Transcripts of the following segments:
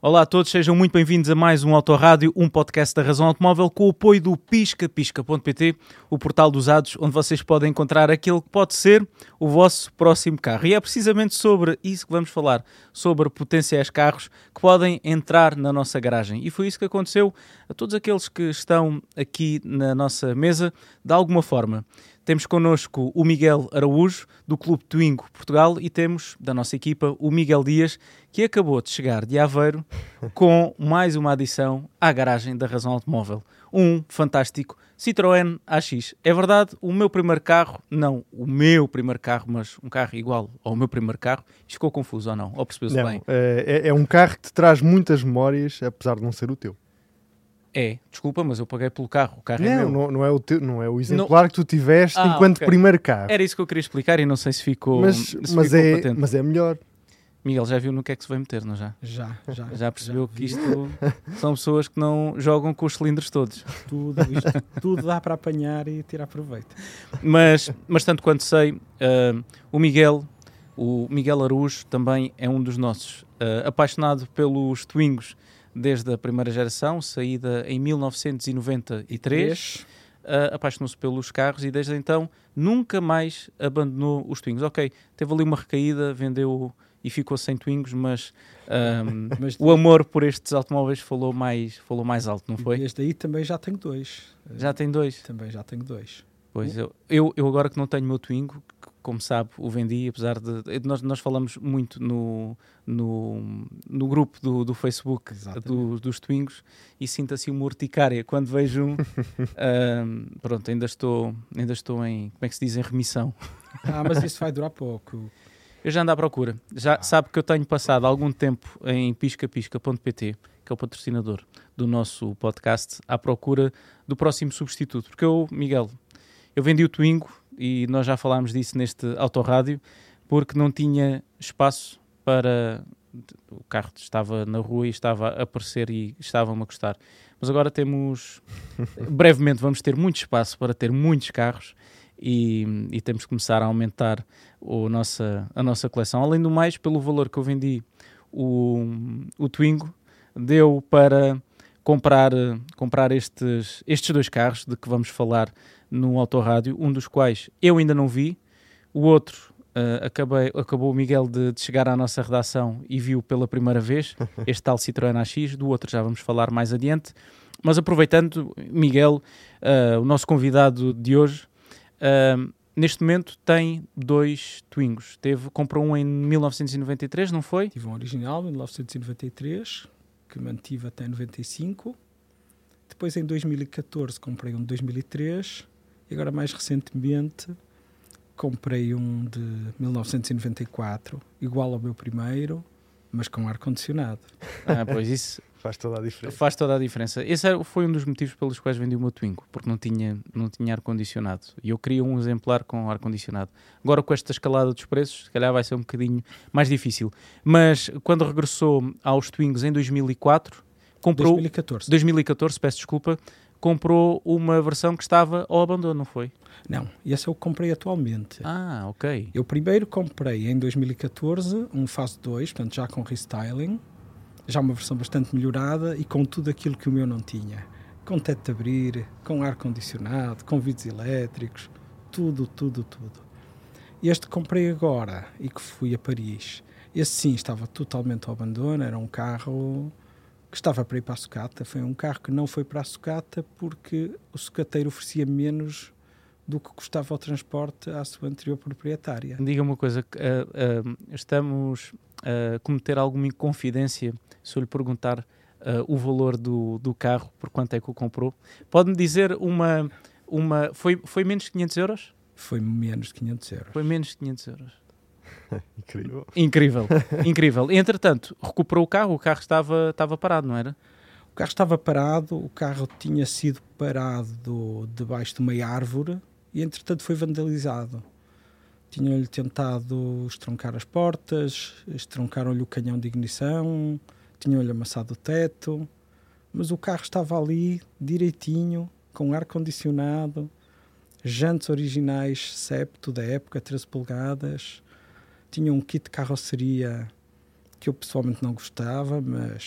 Olá a todos, sejam muito bem-vindos a mais um Autorádio, um podcast da Razão Automóvel com o apoio do pisca.pt, o portal de usados onde vocês podem encontrar aquele que pode ser o vosso próximo carro. E é precisamente sobre isso que vamos falar, sobre potenciais carros que podem entrar na nossa garagem. E foi isso que aconteceu a todos aqueles que estão aqui na nossa mesa, de alguma forma. Temos connosco o Miguel Araújo, do Clube Twingo Portugal, e temos da nossa equipa o Miguel Dias, que acabou de chegar de Aveiro com mais uma adição à garagem da Razão Automóvel. Um fantástico Citroën AX. É verdade, o meu primeiro carro, não o meu primeiro carro, mas um carro igual ao meu primeiro carro. Ficou confuso ou não? Ou percebeu-se bem? É um carro que te traz muitas memórias, apesar de não ser o teu. Desculpa, mas eu paguei pelo carro. O carro é meu. Não é o teu, não é o exemplar que tu tiveste enquanto primeiro carro. Era isso que eu queria explicar e não sei se ficou patente. Mas é melhor. Miguel, já viu no que é que se vai meter, não já? Já percebeu que isto são pessoas que não jogam com os cilindros todos. Tudo dá para apanhar e tirar proveito. Mas tanto quanto sei, o Miguel Araújo também é um dos nossos. Apaixonado pelos Twingos desde a primeira geração, saída em 1993. Apaixonou-se pelos carros e desde então nunca mais abandonou os Twingos. Ok, teve ali uma recaída, vendeu e ficou sem Twingos, mas o amor por estes automóveis falou mais alto, não foi? Este aí também já tenho dois. Já tem dois? Também já tenho dois. Pois, eu agora que não tenho o meu Twingo, como sabe, o vendi, apesar de... Nós falamos muito no grupo do Facebook dos Twingos e sinto assim uma urticária quando vejo um... pronto, ainda estou em... Como é que se diz? Em remissão. Mas isso vai durar pouco. Eu já ando à procura. Já sabe que eu tenho passado algum tempo em pisca.pt, que é o patrocinador do nosso podcast, à procura do próximo substituto. Porque Miguel, eu vendi o Twingo e nós já falámos disso neste Autorádio, porque não tinha espaço para... O carro estava na rua e estava a aparecer e estava-me a gostar. Mas agora temos... brevemente vamos ter muito espaço para ter muitos carros e temos que começar a aumentar a nossa coleção. Além do mais, pelo valor que eu vendi o Twingo, deu para comprar estes dois carros de que vamos falar no Autorádio, um dos quais eu ainda não vi, o outro acabou o Miguel de chegar à nossa redação e viu pela primeira vez, este tal Citroën AX, do outro já vamos falar mais adiante. Mas aproveitando, Miguel, o nosso convidado de hoje, neste momento tem dois Twingos. Comprou um em 1993, não foi? Tive um original em 1993, que mantive até 95. Depois em 2014 comprei um de 2003 e agora mais recentemente comprei um de 1994, igual ao meu primeiro, mas com ar-condicionado. Pois isso... Faz toda a diferença. Esse foi um dos motivos pelos quais vendi o meu Twingo, porque não tinha ar-condicionado. E eu queria um exemplar com ar-condicionado. Agora, com esta escalada dos preços, se calhar vai ser um bocadinho mais difícil. Mas quando regressou aos Twingos em 2004, comprou... 2014, peço desculpa. Comprou uma versão que estava ao abandono, não foi? Não, esse eu comprei atualmente. Ok. Eu primeiro comprei em 2014 um Fase 2, portanto já com restyling, já uma versão bastante melhorada e com tudo aquilo que o meu não tinha. Com teto de abrir, com ar-condicionado, com vidros elétricos, tudo. Este comprei agora e que fui a Paris. Esse sim estava totalmente ao abandono, era um carro que estava para ir para a sucata. Foi um carro que não foi para a sucata porque o sucateiro oferecia menos do que custava o transporte à sua anterior proprietária. Diga uma coisa, estamos a cometer alguma inconfidência se eu lhe perguntar o valor do carro, por quanto é que o comprou? Pode-me dizer foi menos de 500 euros? Foi menos de 500 euros. Foi menos de 500 euros. Incrível. Incrível. Entretanto, recuperou o carro estava parado, não era? O carro estava parado, o carro tinha sido parado debaixo de uma árvore e entretanto foi vandalizado. Tinham-lhe tentado estroncar as portas, estroncaram-lhe o canhão de ignição, tinham-lhe amassado o teto, mas o carro estava ali direitinho, com ar-condicionado, jantes originais septo da época, 13 polegadas, tinha um kit de carroceria que eu pessoalmente não gostava, mas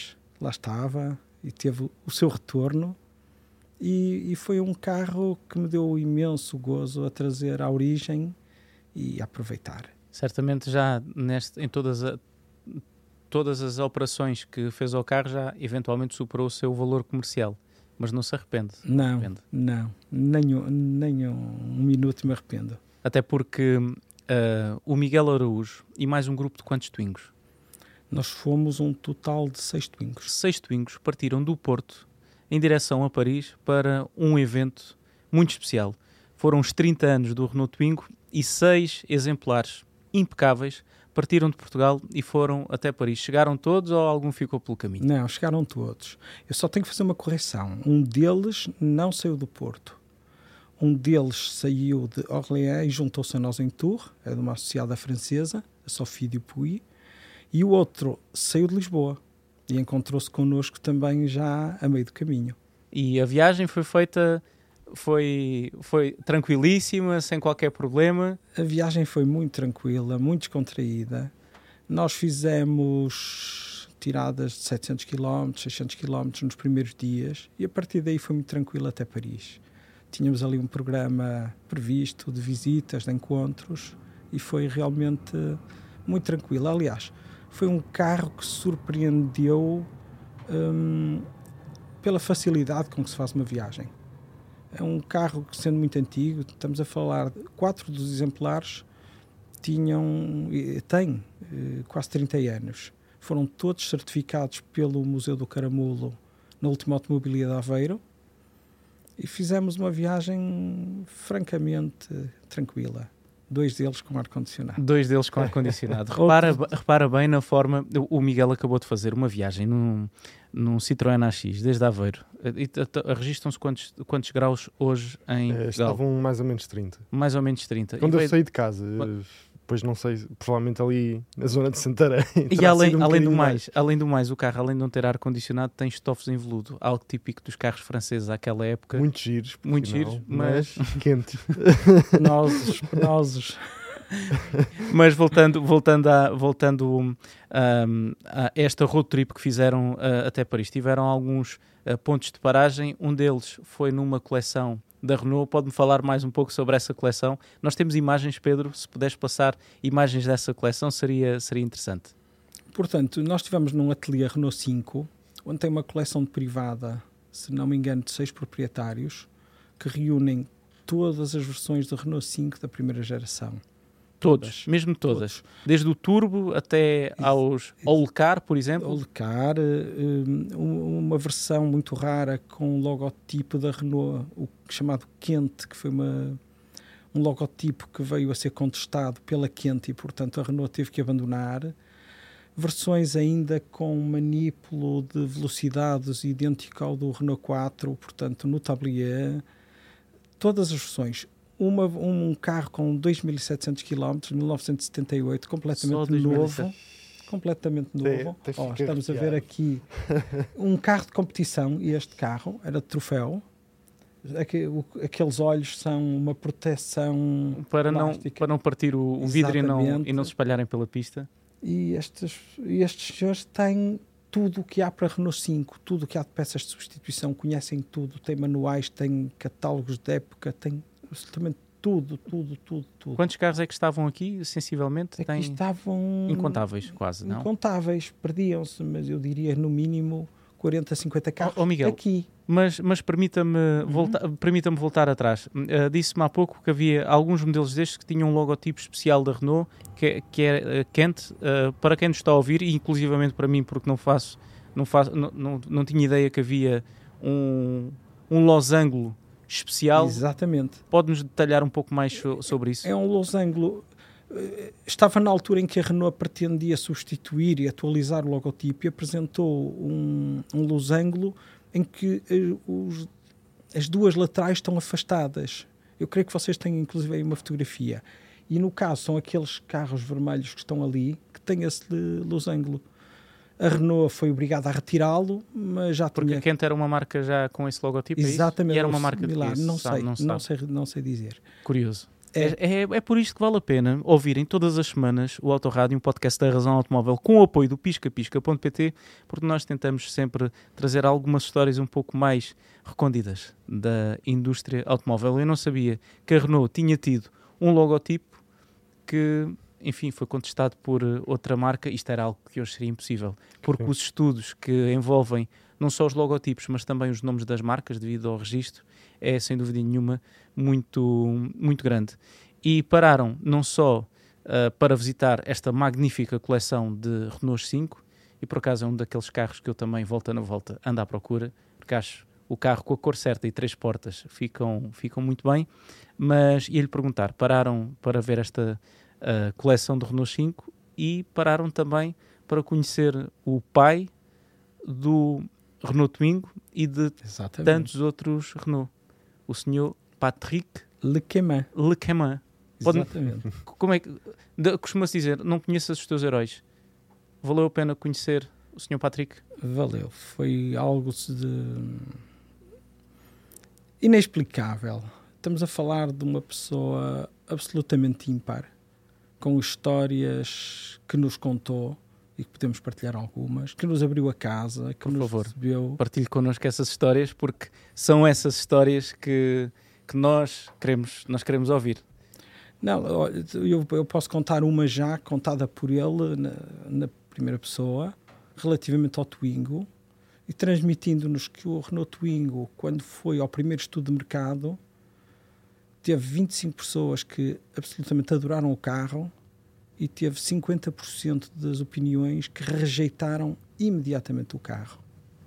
lá estava e teve o seu retorno. E foi um carro que me deu imenso gozo a trazer à origem e a aproveitar. Certamente já em todas as operações que fez ao carro já eventualmente superou o seu valor comercial, mas não se arrepende. Não, nem um minuto me arrependo. Até porque o Miguel Araújo e mais um grupo de quantos Twingos? Nós fomos um total de 6 Twingos. 6 Twingos partiram do Porto em direção a Paris para um evento muito especial. Foram os 30 anos do Renault Twingo e 6 exemplares impecáveis partiram de Portugal e foram até Paris. Chegaram todos ou algum ficou pelo caminho? Não, chegaram todos. Eu só tenho que fazer uma correção. Um deles não saiu do Porto. Um deles saiu de Orléans e juntou-se a nós em Tours, é de uma associada francesa, a Sophie Dupuy, e o outro saiu de Lisboa e encontrou-se connosco também já a meio do caminho. E a viagem foi feita... Foi tranquilíssima, sem qualquer problema? A viagem foi muito tranquila, muito descontraída. Nós fizemos tiradas de 700 km, 600 km nos primeiros dias e a partir daí foi muito tranquilo até Paris. Tínhamos ali um programa previsto de visitas, de encontros e foi realmente muito tranquilo. Aliás, foi um carro que surpreendeu pela facilidade com que se faz uma viagem. É um carro que, sendo muito antigo, estamos a falar de 4 dos exemplares têm quase 30 anos. Foram todos certificados pelo Museu do Caramulo na última automobilia de Aveiro e fizemos uma viagem francamente tranquila. 2 deles com ar-condicionado. 2 deles com ar-condicionado. repara bem na forma... O Miguel acabou de fazer uma viagem num Citroën AX, desde Aveiro. Registram-se quantos graus hoje em Portugal? Estavam mais ou menos 30. Mais ou menos 30. Quando eu saí de casa, depois não sei, provavelmente ali na zona de Santarém. E além do mais, o carro, além de não ter ar-condicionado, tem estofos em veludo, algo típico dos carros franceses àquela época. Muito giros, mas quentes. Penosos. Mas voltando a esta road trip que fizeram até Paris, tiveram alguns pontos de paragem. Um deles foi numa coleção da Renault. Pode-me falar mais um pouco sobre essa coleção? Nós temos imagens, Pedro, se puderes passar imagens dessa coleção seria interessante. Portanto, nós estivemos num ateliê Renault 5, onde tem uma coleção privada, se não me engano, de 6 proprietários, que reúnem todas as versões da Renault 5 da primeira geração. Todas, mesmo todas. Desde o Turbo até ao Le-Car, por exemplo. O Le-Car, uma versão muito rara com o logotipo da Renault, o chamado Quente, que foi um logotipo que veio a ser contestado pela Quente e, portanto, a Renault teve que abandonar. Versões ainda com manipulo de velocidades idêntico ao do Renault 4, portanto, no tablier. Todas as versões. Um carro com 2.700 km, 1978, completamente novo. Completamente novo. Estamos a ver aqui um carro de competição, e este carro era de troféu. Aqueles olhos são uma proteção para não partir o vidro e não se espalharem pela pista. E estes senhores têm tudo o que há para a Renault 5, tudo o que há de peças de substituição, conhecem tudo, têm manuais, têm catálogos de época, têm absolutamente tudo. Quantos carros é que estavam aqui, sensivelmente? Aqui estavam... Incontáveis, quase, não? Incontáveis, perdiam-se, mas eu diria no mínimo 40, 50 carros Miguel, aqui. Mas permita-me voltar atrás. Disse-me há pouco que havia alguns modelos destes que tinham um logotipo especial da Renault, que é Kent. Para quem nos está a ouvir, e inclusivamente para mim, porque não tinha ideia que havia um losango especial. Exatamente. Pode-nos detalhar um pouco mais sobre isso? É um losango. Estava na altura em que a Renault pretendia substituir e atualizar o logotipo e apresentou um losango em que as duas laterais estão afastadas. Eu creio que vocês têm inclusive aí uma fotografia. E no caso são aqueles carros vermelhos que estão ali que têm esse losango. A Renault foi obrigada a retirá-lo, mas já porque tinha... Porque a Kent era uma marca já com esse logotipo. Exatamente. E era uma marca similar. de Não sei dizer. Curioso. É por isto que vale a pena ouvirem todas as semanas o Autorádio, um podcast da Razão Automóvel, com o apoio do piscapisca.pt, porque nós tentamos sempre trazer algumas histórias um pouco mais recônditas da indústria automóvel. Eu não sabia que a Renault tinha tido um logotipo que, enfim, foi contestado por outra marca. Isto era algo que hoje seria impossível, porque os estudos que envolvem não só os logotipos, mas também os nomes das marcas, devido ao registro, é, sem dúvida nenhuma, muito, muito grande. E pararam não só para visitar esta magnífica coleção de Renault 5, e por acaso é um daqueles carros que eu também, volta na volta, ando à procura, porque acho o carro com a cor certa e 3 portas ficam muito bem, mas ia-lhe perguntar, pararam para ver esta coleção de Renault 5 e pararam também para conhecer o pai do Renault Twingo e de tantos outros Renault. O senhor Patrick Lequemin. Exatamente. Como é que costuma-se dizer, não conheças os teus heróis? Valeu a pena conhecer o senhor Patrick? Valeu. Foi algo de inexplicável. Estamos a falar de uma pessoa absolutamente ímpar, com histórias que nos contou e que podemos partilhar algumas, que nos abriu a casa, que nos recebeu. Partilhe connosco essas histórias, porque são essas histórias que nós queremos ouvir. Não, eu posso contar uma já contada por ele na primeira pessoa, relativamente ao Twingo, e transmitindo-nos que o Renault Twingo, quando foi ao primeiro estudo de mercado, teve 25 pessoas que absolutamente adoraram o carro e teve 50% das opiniões que rejeitaram imediatamente o carro.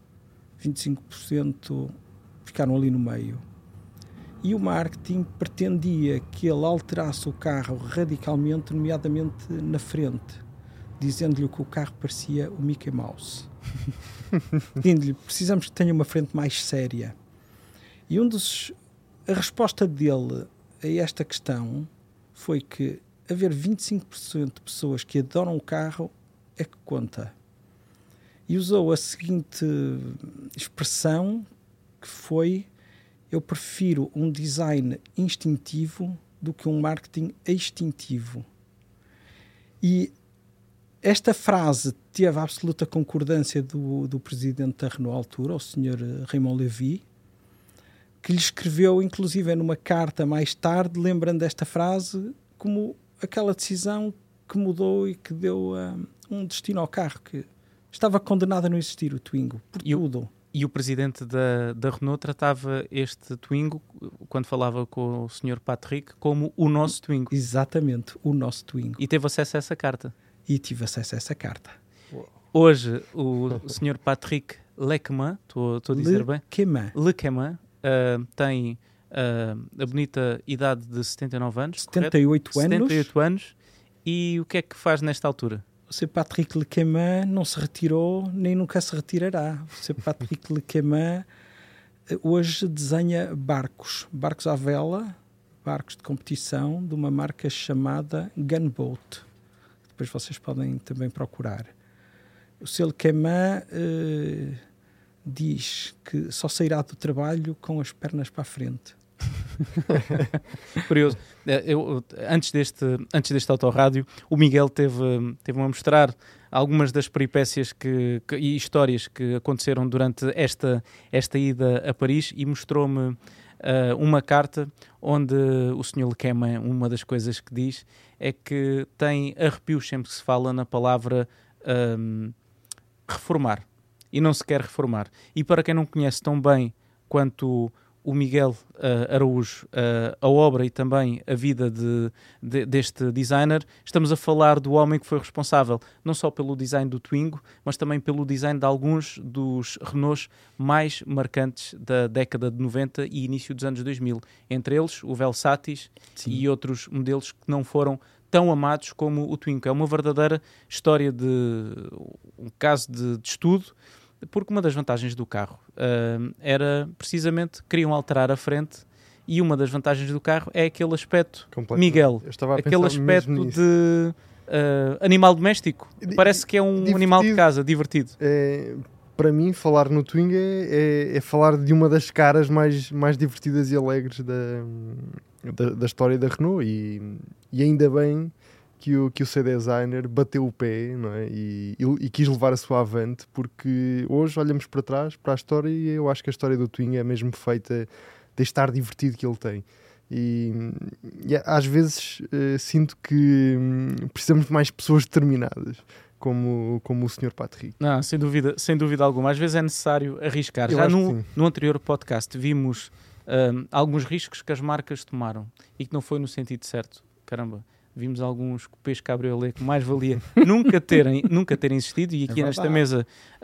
25% ficaram ali no meio. E o marketing pretendia que ele alterasse o carro radicalmente, nomeadamente na frente, dizendo-lhe que o carro parecia o Mickey Mouse. Dizendo-lhe, precisamos que tenha uma frente mais séria. E a resposta dele a esta questão foi que haver 25% de pessoas que adoram o carro é que conta. E usou a seguinte expressão, que foi: eu prefiro um design instintivo do que um marketing extintivo. E esta frase teve a absoluta concordância do presidente da Renault à altura, o Sr. Raymond Lévy, que lhe escreveu, inclusive, numa carta mais tarde, lembrando desta frase como aquela decisão que mudou e que deu um destino ao carro, que estava condenado a não existir, o Twingo, por tudo. E o presidente da Renault tratava este Twingo, quando falava com o Sr. Patrick, como o nosso Twingo. Exatamente, o nosso Twingo. E teve acesso a essa carta. E tive acesso a essa carta. Hoje, o Sr. Patrick Lequemin, estou a dizer bem? Lequemin, tem a bonita idade de 79 anos, 78 correto? anos. 78 anos. E o que é que faz nesta altura? O Sr. Patrick Lequemin não se retirou, nem nunca se retirará. O Sr. Patrick Lequemin hoje desenha barcos à vela, barcos de competição, de uma marca chamada Gunboat. Depois vocês podem também procurar. O Sr. Lequemin diz que só sairá do trabalho com as pernas para a frente. Curioso. Antes deste autorrádio, o Miguel teve-me a mostrar algumas das peripécias e histórias que aconteceram durante esta ida a Paris, e mostrou-me uma carta onde o Sr. Lequemin, uma das coisas que diz é que tem arrepios sempre que se fala na palavra reformar, e não se quer reformar. E para quem não conhece tão bem quanto o Miguel Araújo, a obra e também a vida deste designer, estamos a falar do homem que foi responsável não só pelo design do Twingo, mas também pelo design de alguns dos Renaults mais marcantes da década de 90 e início dos anos 2000. Entre eles, o Velsatis. Sim. E outros modelos que não foram tão amados como o Twingo. É uma verdadeira história um caso de estudo, porque uma das vantagens do carro era precisamente que queriam alterar a frente, e uma das vantagens do carro é aquele aspecto, Miguel, aquele aspecto de animal doméstico. Parece que é um animal de casa, divertido. Para mim, falar no Twingo é falar de uma das caras mais divertidas e alegres da história da Renault e ainda bem que o C-Designer bateu o pé, não é? E quis levar a sua avante, porque hoje olhamos para trás, para a história, e eu acho que a história do Twingo é mesmo feita deste ar divertido que ele tem. E às vezes sinto que precisamos de mais pessoas determinadas, como o Sr. Patrick. Não, sem dúvida alguma. Às vezes é necessário arriscar. Eu Já acho que sim. no anterior podcast vimos alguns riscos que as marcas tomaram e que não foi no sentido certo. Caramba, vimos alguns cupês cabriolé que mais valia nunca terem existido, e aqui nesta mesa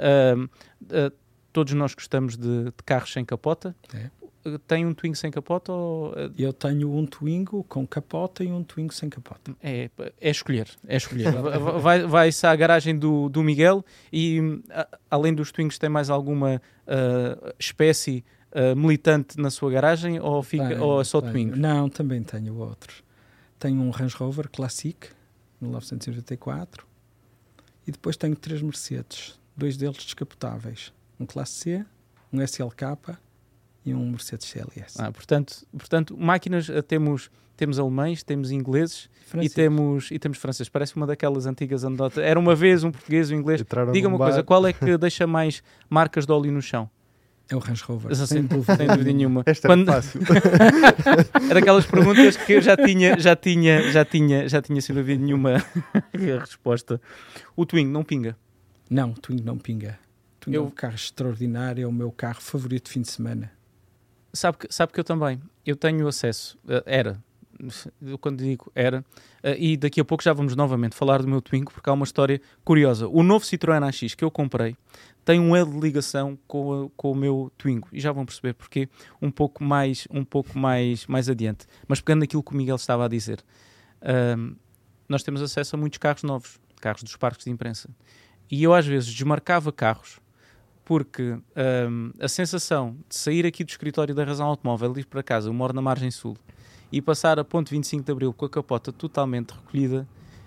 todos nós gostamos de carros sem capota. Tem um Twingo sem capota? Ou... Eu tenho um Twingo com capota e um Twingo sem capota. É escolher. Vai-se à garagem do Miguel e, além dos Twingos, tem mais alguma espécie militante na sua garagem, ou é só Twingo? Não, também tenho outros. Tenho um Range Rover Classic, 1984, e depois tenho 3 Mercedes, 2 deles descapotáveis. Um Classe C, um SLK e um Mercedes CLS. Portanto, máquinas temos alemães, temos ingleses e temos franceses. Parece uma daquelas antigas anedotas. Era uma vez um português e um inglês. Diga-me uma coisa, qual é que deixa mais marcas de óleo no chão? É o Range Rover, sem dúvida nenhuma. Esta é fácil. Era daquelas perguntas que eu já tinha sem dúvida nenhuma a resposta. O Twingo não pinga? Não, o Twingo não pinga. O Twingo é um carro extraordinário, é o meu carro favorito de fim de semana. Sabe que eu também. Eu tenho acesso. Quando digo era, e daqui a pouco já vamos novamente falar do meu Twingo, porque há uma história curiosa. O novo Citroën AX que eu comprei tem um elo de ligação com o meu Twingo, e já vão perceber porque um pouco mais adiante. Mas pegando naquilo que o Miguel estava a dizer, nós temos acesso a muitos carros novos, carros dos parques de imprensa, e eu às vezes desmarcava carros porque a sensação de sair aqui do escritório da Razão Automóvel e ir para casa, eu moro na margem sul, e passar a ponte 25 de Abril com a capota totalmente recolhida,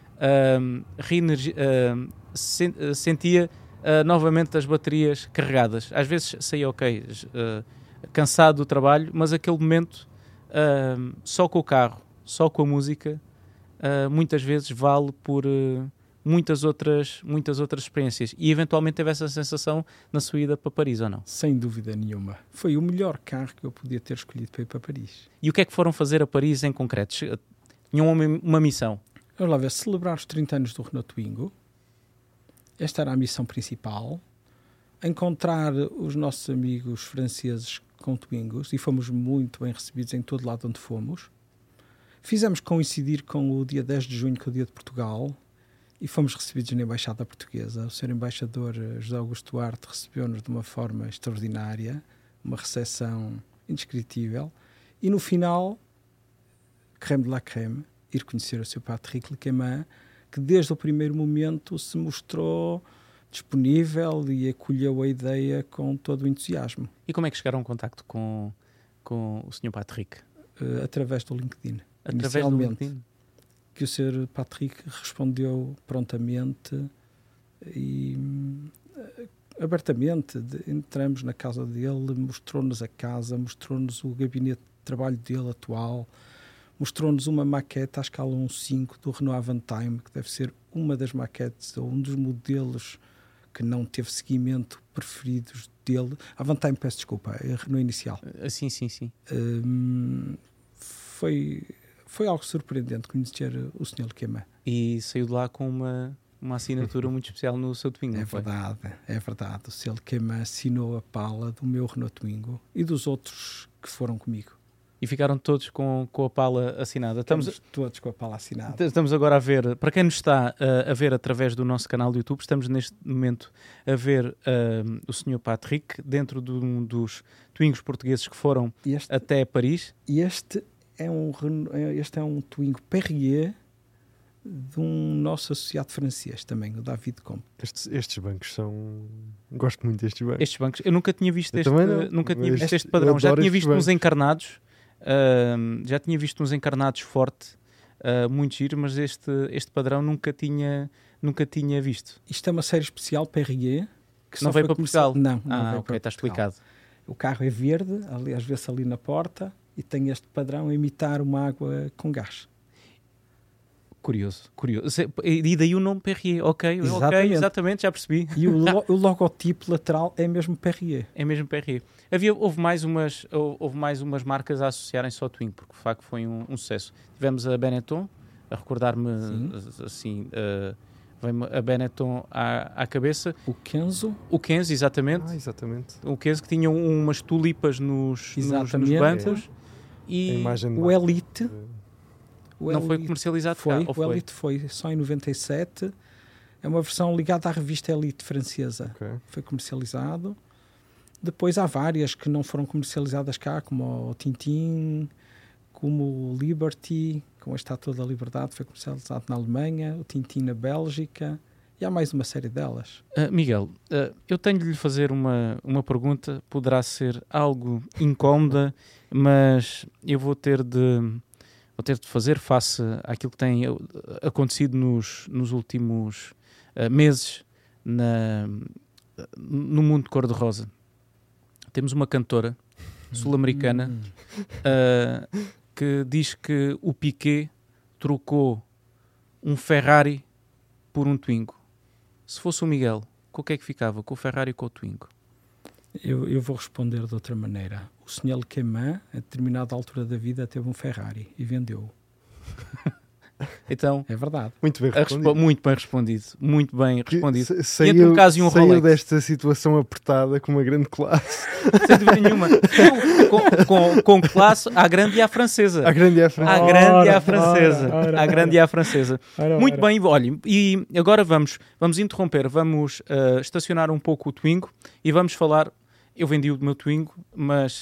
sentia novamente as baterias carregadas. Às vezes saía cansado do trabalho, mas aquele momento só com o carro, só com a música, muitas vezes vale por muitas outras experiências. E eventualmente teve essa sensação na sua ida para Paris, ou não? Sem dúvida nenhuma. Foi o melhor carro que eu podia ter escolhido para ir para Paris. E o que é que foram fazer a Paris em concreto? Tinham uma missão? Vamos lá ver, celebrar os 30 anos do Renault Twingo. Esta era a missão principal. Encontrar os nossos amigos franceses com Twingos, e fomos muito bem recebidos em todo lado onde fomos. Fizemos coincidir com o dia 10 de junho, que é o dia de Portugal, e fomos recebidos na Embaixada Portuguesa. O Sr. Embaixador José Augusto Duarte recebeu-nos de uma forma extraordinária, uma recepção indescritível, e no final, creme de la creme, ir conhecer o Sr. Patrick Lequemin, que desde o primeiro momento se mostrou disponível e acolheu a ideia com todo o entusiasmo. E como é que chegaram em contacto com o Sr. Patrick? Através do LinkedIn. Através do LinkedIn? Que o Sr. Patrick respondeu prontamente e abertamente. Entramos na casa dele, mostrou-nos a casa, mostrou-nos o gabinete de trabalho dele atual, mostrou-nos uma maquete à escala 1.5 do Renault Avantime, que deve ser uma das maquetes ou um dos modelos que não teve seguimento preferidos dele. Avantime, peço desculpa, é a Renault inicial. Sim. Foi algo surpreendente conhecer o Sr. Lequemin. E saiu de lá com uma assinatura muito especial no seu Twingo. É verdade. O Sr. Lequemin assinou a pala do meu Renault Twingo e dos outros que foram comigo. E ficaram todos com a pala assinada. Estamos todos com a pala assinada. Estamos agora a ver, para quem nos está a ver através do nosso canal do YouTube, estamos neste momento a ver o Sr. Patrick dentro de um dos Twingos portugueses que foram até Paris. E este é um Twingo Perrier de um nosso associado francês também, o David Comte. Estes bancos são... Gosto muito destes bancos. Estes bancos, eu nunca tinha visto este padrão. Já tinha visto uns encarnados. Já tinha visto uns encarnados forte, muito giro, mas este padrão nunca tinha visto. Isto é uma série especial Perrier que não veio para Portugal? Não ok, está explicado. O carro é verde, aliás vê-se ali na porta, e tem este padrão a imitar uma água com gás. Curioso. E daí o nome Perrier, ok, exatamente, já percebi. E o logotipo lateral é mesmo Perrier. É mesmo Perrier. Houve mais umas marcas a associarem-se ao Twingo, porque de facto foi um sucesso. Tivemos a Benetton, a recordar-me assim, vem-me a Benetton à cabeça. O Kenzo, exatamente. Exatamente. O Kenzo que tinha umas tulipas nos bancos. E o Elite... Não foi comercializado cá? O Elite foi só em 97. É uma versão ligada à revista Elite francesa. Okay. Foi comercializado. Depois há várias que não foram comercializadas cá, como o Tintin, como o Liberty, com a Estátua da Liberdade, foi comercializado na Alemanha, o Tintin na Bélgica, e há mais uma série delas. Miguel, eu tenho de lhe fazer uma pergunta, poderá ser algo incómoda, mas eu vou ter de fazer face àquilo que tem acontecido nos últimos meses no mundo de cor-de-rosa. Temos uma cantora sul-americana que diz que o Piqué trocou um Ferrari por um Twingo. Se fosse o Miguel, com o que é que ficava? Com o Ferrari ou com o Twingo? Eu vou responder de outra maneira. O Sr. Lequemin, a determinada altura da vida, teve um Ferrari e vendeu-o. Então, é verdade. Muito bem respondido. Muito bem respondido. Muito bem respondido. Saiu, um caso e um saiu Rolex. desta situação apertada com uma grande classe. Sem dúvida nenhuma. Com classe à grande e à francesa. À grande e à francesa. À grande e à francesa. À grande e à francesa. Muito bem. Olhem, e agora vamos interromper. Vamos estacionar um pouco o Twingo e vamos falar... Eu vendi o meu Twingo, mas...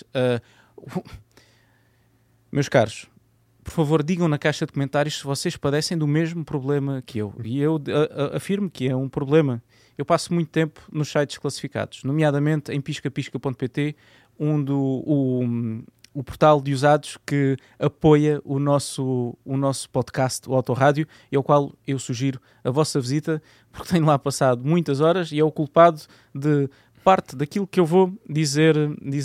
meus caros, por favor, digam na caixa de comentários se vocês padecem do mesmo problema que eu. E eu afirmo que é um problema. Eu passo muito tempo nos sites classificados, nomeadamente em piscapisca.pt, o portal de usados que apoia o nosso podcast, o Autorádio, e ao qual eu sugiro a vossa visita, porque tenho lá passado muitas horas e é o culpado de parte daquilo que eu vou dizer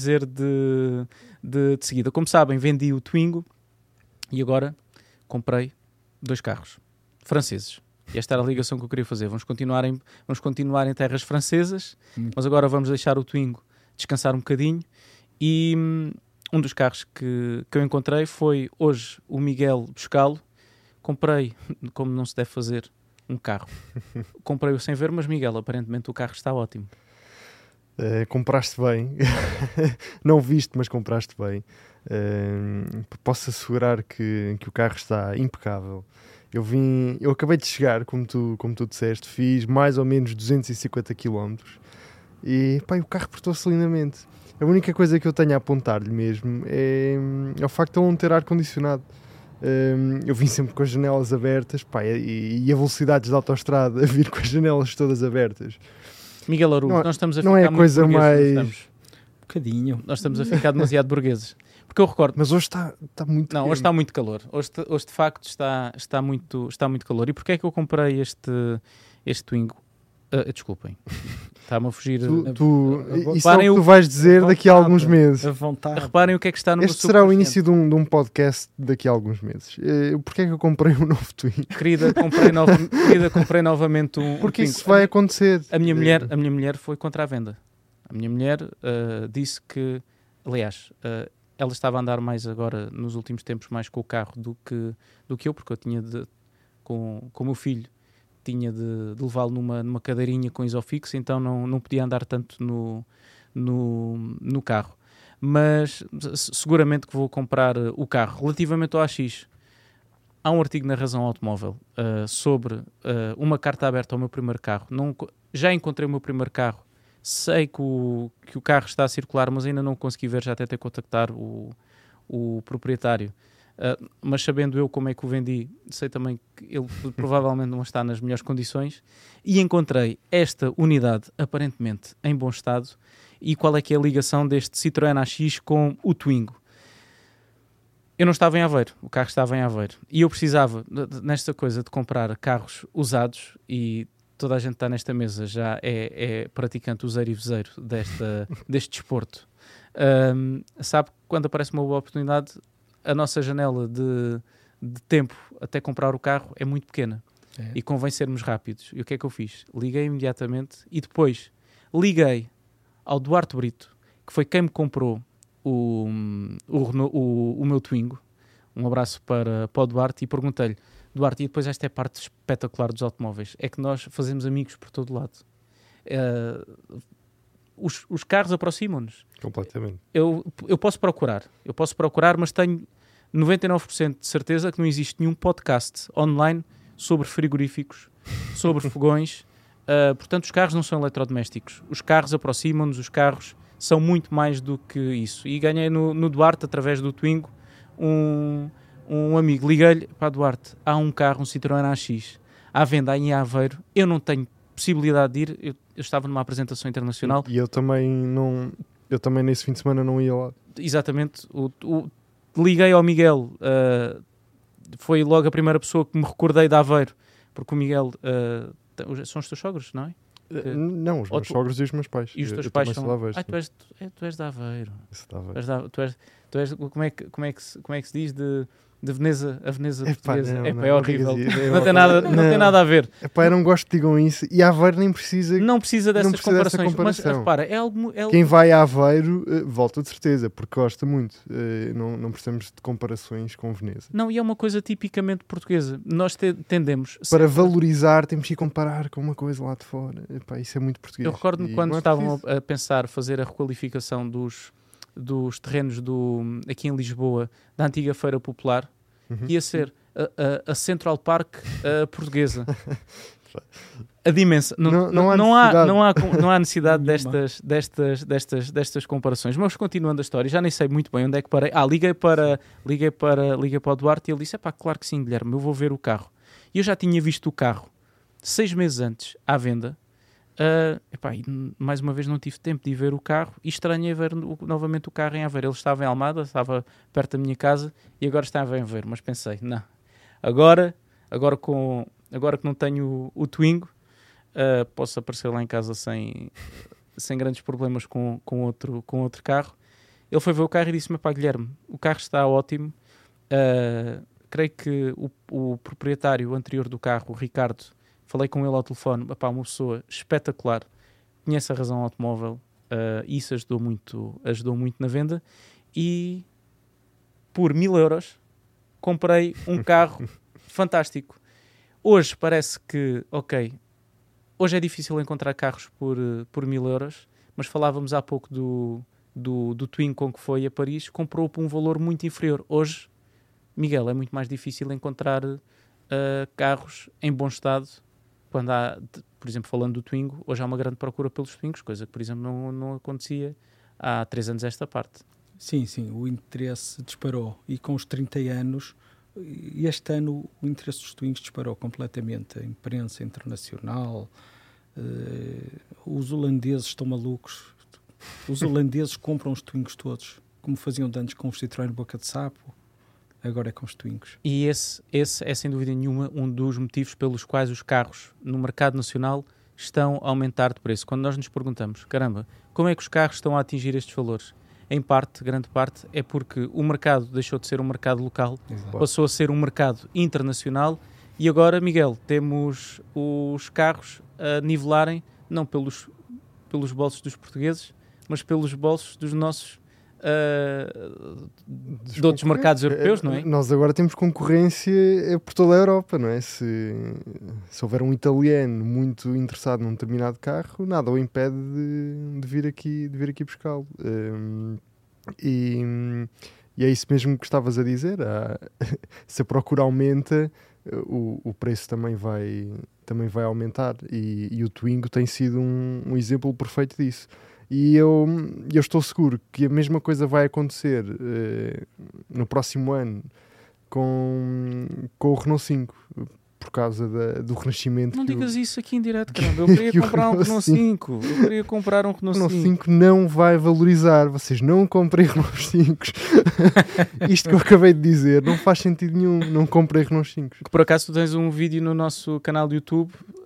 de seguida. Como sabem, vendi o Twingo e agora comprei 2 carros franceses. E esta era a ligação que eu queria fazer. Vamos continuar em terras francesas, mas agora vamos deixar o Twingo descansar um bocadinho. E um dos carros que eu encontrei foi hoje o Miguel buscá-lo. Comprei, como não se deve fazer, um carro. Comprei-o sem ver, mas Miguel, aparentemente o carro está ótimo. Compraste bem. Não viste, mas compraste bem. Posso assegurar que o carro está impecável. Eu acabei de chegar, como tu disseste, fiz mais ou menos 250 km e o carro portou-se lindamente. A única coisa que eu tenho a apontar-lhe mesmo é o facto de ele não ter ar-condicionado. Eu vim sempre com as janelas abertas e a velocidades de autoestrada a vir com as janelas todas abertas. Miguel Arugo, nós estamos a ficar não é a coisa mais... Um bocadinho. Nós estamos a ficar demasiado burgueses. Porque eu recordo... Mas hoje está muito Não, hoje está muito calor. Hoje de facto está muito calor. E porquê é que eu comprei este Twingo? Desculpem. Está-me a fugir... Isso é o que tu vais dizer daqui a alguns meses. Reparem o que é que está no meu Este será o início de um podcast daqui a alguns meses. Porquê é que eu comprei um novo Twingo? Querida, comprei novamente um Porque Twingo. isso vai acontecer. A minha mulher foi contra a venda. A minha mulher disse que... Aliás... ela estava a andar mais agora, nos últimos tempos, mais com o carro do que eu, porque eu tinha com o meu filho, tinha de levá-lo numa cadeirinha com isofix, então não podia andar tanto no carro. Mas seguramente que vou comprar o carro. Relativamente ao AX, há um artigo na Razão Automóvel sobre uma carta aberta ao meu primeiro carro. Já encontrei o meu primeiro carro. Sei que o carro está a circular, mas ainda não consegui ver, já até ter contactar o proprietário. Mas sabendo eu como é que o vendi, sei também que ele provavelmente não está nas melhores condições. E encontrei esta unidade, aparentemente, em bom estado. E qual é que é a ligação deste Citroën AX com o Twingo? Eu não estava em Aveiro, o carro estava em Aveiro. E eu precisava, nesta coisa de comprar carros usados, e toda a gente está nesta mesa já é praticante useiro e vezeiro deste desporto. Sabe que quando aparece uma boa oportunidade, a nossa janela de tempo até comprar o carro é muito pequena. E convém sermos rápidos. E o que é que eu fiz? Liguei imediatamente e depois liguei ao Duarte Brito, que foi quem me comprou o meu Twingo. Um abraço para o Duarte, e perguntei-lhe: Duarte, e depois esta é a parte espetacular dos automóveis, é que nós fazemos amigos por todo lado. Os carros aproximam-nos. Completamente. Eu posso procurar, mas tenho 99% de certeza que não existe nenhum podcast online sobre frigoríficos, sobre fogões. Portanto, os carros não são eletrodomésticos. Os carros aproximam-nos, os carros são muito mais do que isso. E ganhei no Duarte, através do Twingo, um amigo. Liguei-lhe: pá, Duarte, há um carro, um Citroën AX, à venda aí em Aveiro. Eu não tenho possibilidade de ir. Eu estava numa apresentação internacional. E eu também nesse fim de semana não ia lá. Exatamente. Liguei ao Miguel. Foi logo a primeira pessoa que me recordei de Aveiro, porque o Miguel são os teus sogros, não é? Não, os meus sogros e os meus pais. E os teus eu pais sou são... de Aveiro, tu és de Aveiro. Tu és Como é que se diz de Veneza, a Veneza portuguesa? É horrível. Não tem nada a ver. Eu não gosto que digam isso. E Aveiro nem precisa... Não precisa dessas comparações. Mas repara, é algo... Quem vai a Aveiro volta de certeza, porque gosta muito. Não precisamos de comparações com Veneza. Não, e é uma coisa tipicamente portuguesa. Nós tendemos... Para valorizar, temos que ir comparar com uma coisa lá de fora. Isso é muito português. Eu recordo-me quando estavam a pensar fazer a requalificação dos terrenos aqui em Lisboa, da antiga Feira Popular, ia ser a Central Park portuguesa. A dimensão. Não há necessidade destas comparações. Mas continuando a história, já nem sei muito bem onde é que parei. Liguei para o Duarte e ele disse: claro que sim, Guilherme, eu vou ver o carro. E eu já tinha visto o carro 6 meses antes, à venda. E mais uma vez não tive tempo de ir ver o carro e estranhei ver novamente o carro em Aveiro. Ele estava em Almada, estava perto da minha casa, e agora estava em Aveiro. Mas pensei, não, agora que não tenho o Twingo, posso aparecer lá em casa sem grandes problemas com outro carro. Ele foi ver o carro e disse-me: Guilherme, o carro está ótimo. Creio que o proprietário anterior do carro, o Ricardo, falei com ele ao telefone, uma pessoa espetacular, conhece a razão automóvel, e isso ajudou muito na venda, e por 1.000 euros comprei um carro fantástico. Hoje parece que, hoje é difícil encontrar carros por 1.000 euros, mas falávamos há pouco do Twingo com que foi a Paris, comprou por um valor muito inferior. Hoje, Miguel, é muito mais difícil encontrar carros em bom estado. Quando há, por exemplo, falando do Twingo, hoje há uma grande procura pelos Twingos, coisa que, por exemplo, não acontecia há 3 anos esta parte. Sim, o interesse disparou. E com os 30 anos, este ano, o interesse dos Twingos disparou completamente. A imprensa internacional, os holandeses estão malucos. Os holandeses compram os Twingos todos, como faziam antes com o Citroën Boca de Sapo. Agora é com os Twingos. E esse é, sem dúvida nenhuma, um dos motivos pelos quais os carros no mercado nacional estão a aumentar de preço. Quando nós nos perguntamos, caramba, como é que os carros estão a atingir estes valores? Em parte, grande parte, é porque o mercado deixou de ser um mercado local, passou a ser um mercado internacional, e agora, Miguel, temos os carros a nivelarem, não pelos bolsos dos portugueses, mas pelos bolsos dos nossos de outros mercados europeus, não é? Nós agora temos concorrência por toda a Europa, não é? Se houver um italiano muito interessado num determinado carro, nada o impede de vir aqui buscá-lo. E é isso mesmo que estavas a dizer. Se a procura aumenta, o preço também vai aumentar, e o Twingo tem sido um exemplo perfeito disso. E eu estou seguro que a mesma coisa vai acontecer no próximo ano com o Renault 5, por causa do renascimento. Não digas isso aqui em direto, caramba. Eu queria comprar um Renault 5. Eu queria comprar um Renault 5. O Renault 5 não vai valorizar. Vocês não comprem Renault 5. Isto que eu acabei de dizer não faz sentido nenhum. Não comprem Renault 5. Que por acaso tu tens um vídeo no nosso canal do YouTube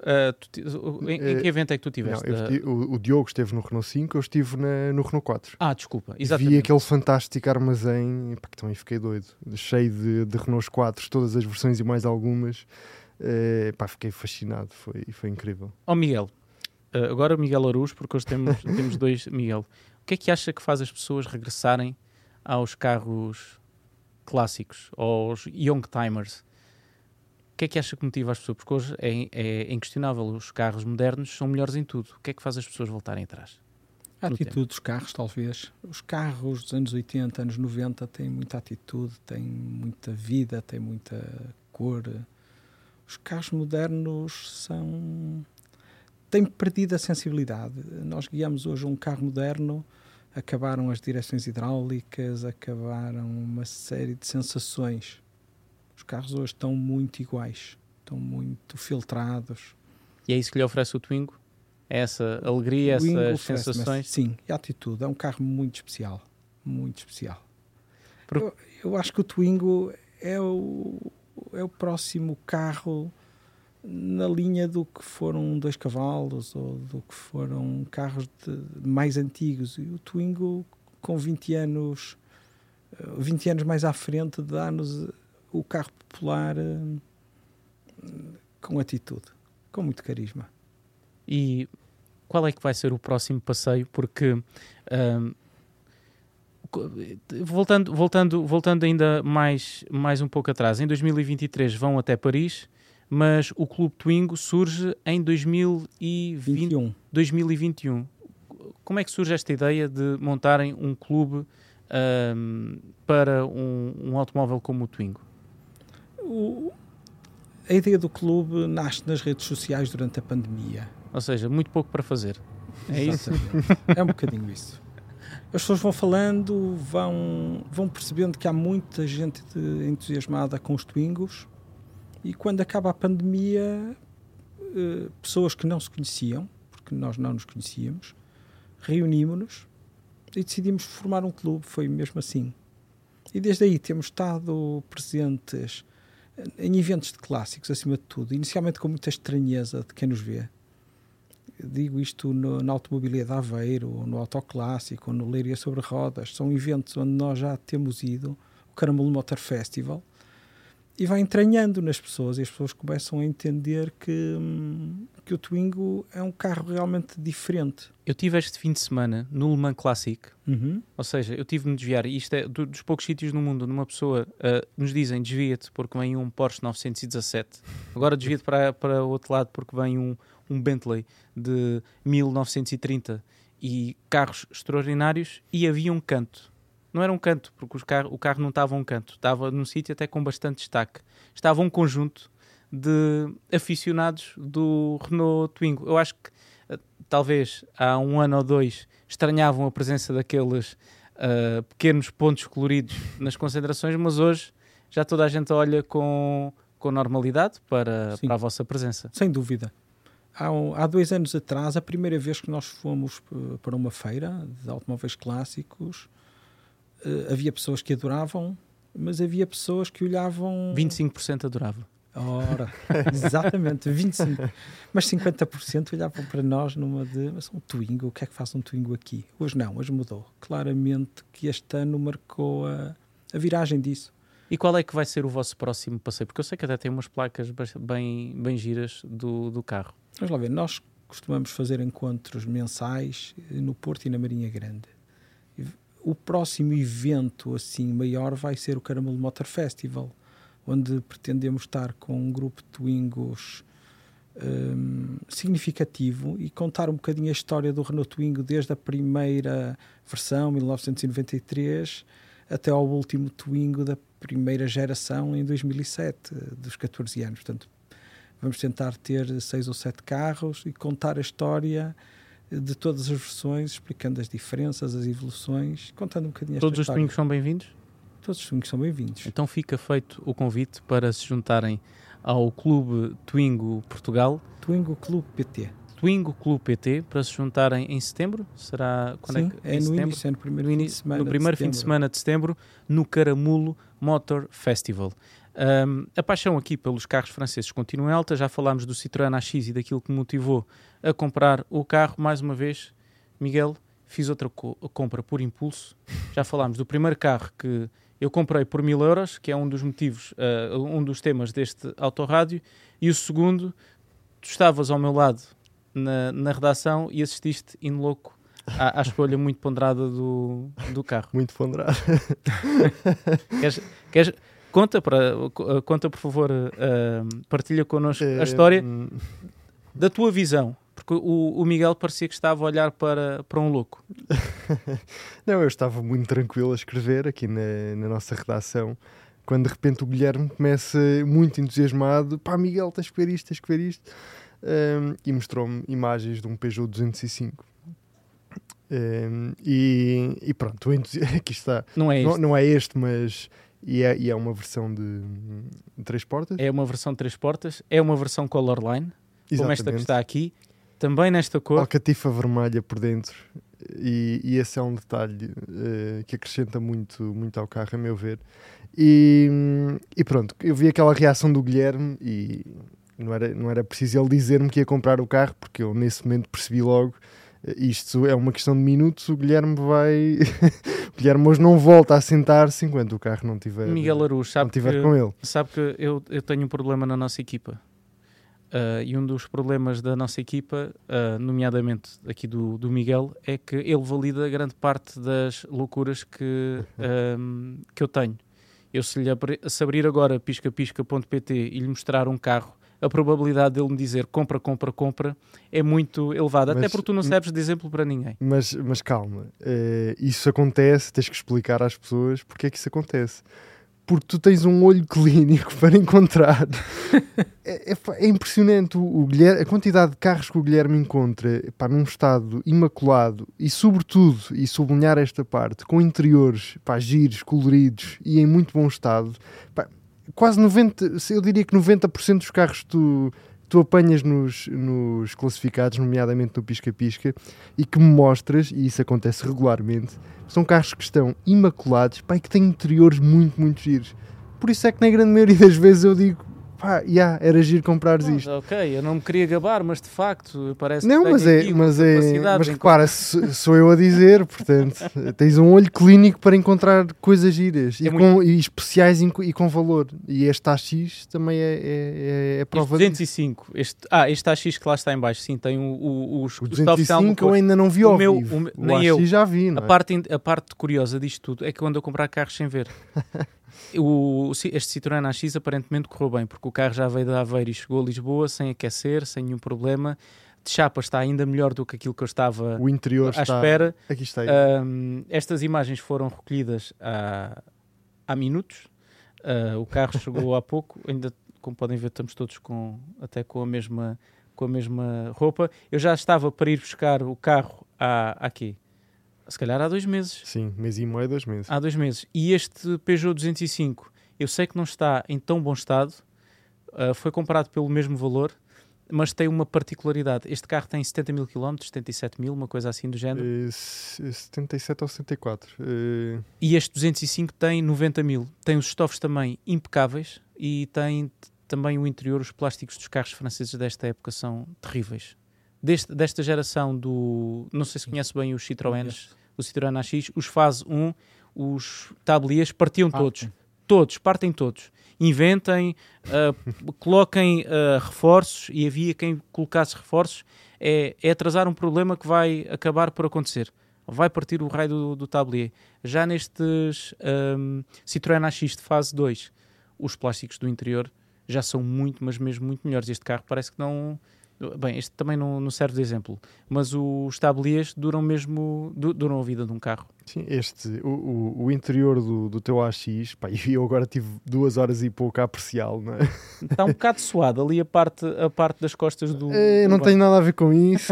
em que evento é que tu tiveste? O Diogo esteve no Renault 5, eu estive no Renault 4. Desculpa, exatamente. Vi aquele fantástico armazém, que também fiquei doido, cheio de Renault 4, todas as versões e mais algumas. Fiquei fascinado, foi incrível. Miguel, agora o Miguel Aruz, porque hoje temos dois Miguel. O que é que acha que faz as pessoas regressarem aos carros clássicos, aos young timers? O que é que acha que motiva as pessoas? Porque hoje é inquestionável, os carros modernos são melhores em tudo. O que é que faz as pessoas voltarem atrás? A atitude dos carros, talvez. Os carros dos anos 80, anos 90 têm muita atitude, têm muita vida, têm muita cor. Os carros modernos têm perdido a sensibilidade. Nós guiamos hoje um carro moderno, acabaram as direções hidráulicas, acabaram uma série de sensações. Os carros hoje estão muito iguais, estão muito filtrados. E é isso que lhe oferece o Twingo? Essa alegria, essas sensações? Sim, e a atitude. É um carro muito especial, muito especial. Eu acho que o Twingo é o próximo carro na linha do que foram 2 cavalos ou do que foram carros mais antigos. E o Twingo, com 20 anos mais à frente, dá-nos o carro popular com atitude, com muito carisma. E qual é que vai ser o próximo passeio? Porque voltando ainda mais um pouco atrás, em 2023 vão até Paris, mas o Clube Twingo surge em 2021. Como é que surge esta ideia de montarem um clube para um automóvel como o Twingo? A ideia do clube nasce nas redes sociais durante a pandemia. Ou seja, muito pouco para fazer. É isso? É um bocadinho isso. As pessoas vão falando, vão percebendo que há muita gente entusiasmada com os Twingos, e quando acaba a pandemia, pessoas que não se conheciam, porque nós não nos conhecíamos, reunimos-nos e decidimos formar um clube. Foi mesmo assim. E desde aí temos estado presentes em eventos de clássicos, acima de tudo, inicialmente com muita estranheza de quem nos vê. Digo isto na Automobilia de Aveiro, ou no Autoclássico, ou no Leiria sobre Rodas. São eventos onde nós já temos ido, o Caramulo Motor Festival, e vai entranhando nas pessoas, e as pessoas começam a entender que o Twingo é um carro realmente diferente. Eu tive este fim de semana no Le Mans Classic, ou seja, eu tive de me desviar, e isto é dos poucos sítios no mundo onde uma pessoa nos dizem desvia-te porque vem um Porsche 917, agora desvia-te para o outro lado porque vem um Bentley de 1930 e carros extraordinários, e havia um canto. Não era um canto, porque o carro não estava um canto, estava num sítio até com bastante destaque. Estava um conjunto de aficionados do Renault Twingo. Eu acho que talvez há 1 ano ou 2 estranhavam a presença daqueles pequenos pontos coloridos nas concentrações, mas hoje já toda a gente olha com normalidade para a vossa presença. Sem dúvida. Há 2 anos atrás, a primeira vez que nós fomos para uma feira de automóveis clássicos, havia pessoas que adoravam, mas havia pessoas que olhavam... 25% adorava. Ora, exatamente, 25%. Mas 50% olhavam para nós mas um Twingo, o que é que faz um Twingo aqui? Hoje não, hoje mudou. Claramente que este ano marcou a viragem disso. E qual é que vai ser o vosso próximo passeio? Porque eu sei que até tem umas placas bem giras do carro. Vamos lá ver, nós costumamos fazer encontros mensais no Porto e na Marinha Grande. O próximo evento assim maior vai ser o Caramulo Motor Festival, onde pretendemos estar com um grupo de Twingos significativo e contar um bocadinho a história do Renault Twingo desde a primeira versão, 1993, até ao último Twingo da primeira geração em 2007, dos 14 anos. Portanto, vamos tentar ter 6 ou 7 carros e contar a história de todas as versões, explicando as diferenças, as evoluções, contando um bocadinho esta história. Todos os Twingos são bem-vindos? Todos os Twingos são bem-vindos. Então fica feito o convite para se juntarem ao Clube Twingo Portugal. Twingo Clube PT. Twingo Clube PT, para se juntarem em setembro? Será quando? Sim, é no início, no primeiro fim de semana. No primeiro fim de semana de setembro, no Caramulo Motor Festival. A paixão aqui pelos carros franceses continua em alta. Já falámos do Citroën AX e daquilo que me motivou a comprar o carro. Mais uma vez, Miguel, fiz outra compra por impulso. Já falámos do primeiro carro que eu comprei por 1000 euros, que é um dos motivos, um dos temas deste Autorádio. E o segundo, tu estavas ao meu lado na redação e assististe in loco à escolha muito ponderada do carro. Muito ponderado. Conta, por favor, partilha connosco a história da tua visão, porque o Miguel parecia que estava a olhar para um louco. Não, eu estava muito tranquilo a escrever aqui na nossa redação, quando de repente o Guilherme começa muito entusiasmado, pá, Miguel, tens que ver isto, e mostrou-me imagens de um Peugeot 205. E pronto, aqui está. Não é este, mas... E é uma versão de 3 portas? É uma versão de 3 portas, é uma versão Colorline, como esta que está aqui, também nesta cor. Alcatifa vermelha por dentro, e esse é um detalhe que acrescenta muito, muito ao carro, a meu ver. E pronto, eu vi aquela reação do Guilherme e não era preciso ele dizer-me que ia comprar o carro, porque eu nesse momento percebi logo. Isto é uma questão de minutos, o Guilherme vai... o Guilherme hoje não volta a sentar-se enquanto o carro não tiver, Miguel Araújo, com ele. Sabe que eu tenho um problema na nossa equipa. E um dos problemas da nossa equipa, nomeadamente aqui do Miguel, é que ele valida grande parte das loucuras que eu tenho. Eu se abrir agora piscapisca.pt e lhe mostrar um carro, a probabilidade dele me dizer compra é muito elevada, até porque tu não serves de exemplo para ninguém. Mas calma, isso acontece, tens que explicar às pessoas porque é que isso acontece. Porque tu tens um olho clínico para encontrar. É impressionante a quantidade de carros que o Guilherme encontra, pá, num estado imaculado e, sobretudo, e sublinhar esta parte, com interiores, pá, giros, coloridos e em muito bom estado. Pá, quase 90%, eu diria que 90% dos carros que tu apanhas nos classificados, nomeadamente no Pisca-Pisca, e que me mostras, e isso acontece regularmente, são carros que estão imaculados, pá, e que têm interiores muito, muito giros. Por isso é que na grande maioria das vezes eu digo, pá, era giro comprares isto. Ok, eu não me queria gabar, mas de facto parece não, que mas repara, sou eu a dizer, portanto, tens um olho clínico para encontrar coisas giras e especiais e com valor. E este AX também é prova disso. 205, este AX que lá está em baixo, sim, tem o 205 eu ainda não vi ao vivo. Nem eu já vi, não é? A parte curiosa disto tudo é que quando eu comprar carros sem ver... Este Citroën AX aparentemente correu bem, porque o carro já veio de Aveiro e chegou a Lisboa sem aquecer, sem nenhum problema. De chapa está ainda melhor do que aquilo que eu estava à espera. Aqui está. Estas imagens foram recolhidas há minutos. O carro chegou há pouco. Ainda, como podem ver, estamos todos até com a mesma roupa. Eu já estava para ir buscar o carro aqui. Se calhar há 2 meses. Sim, mês e meio, 2 meses. Há 2 meses. E este Peugeot 205, eu sei que não está em tão bom estado, foi comprado pelo mesmo valor, mas tem uma particularidade. Este carro tem 70 mil km, 77 mil, uma coisa assim do género. 77 ou 74. E este 205 tem 90 mil. Tem os estofos também impecáveis e tem também o interior, os plásticos dos carros franceses desta época são terríveis. Desta geração não sei se conhece bem os Citroëns, o Citroën AX, os Fase 1, os tabliers partiam todos. Todos, partem todos. Inventem, coloquem reforços, e havia quem colocasse reforços, é atrasar um problema que vai acabar por acontecer. Vai partir o raio do tablier. Já nestes Citroën AX de Fase 2, os plásticos do interior já são muito, mas mesmo muito melhores. Este carro parece que não... Bem, este também não serve de exemplo, mas os tabliers duram a vida de um carro. Sim, o interior do teu AX, pá, eu agora tive 2 horas e pouco a apreciá-lo, não é? Está um bocado suado ali a parte das costas do... não tenho nada a ver com isso.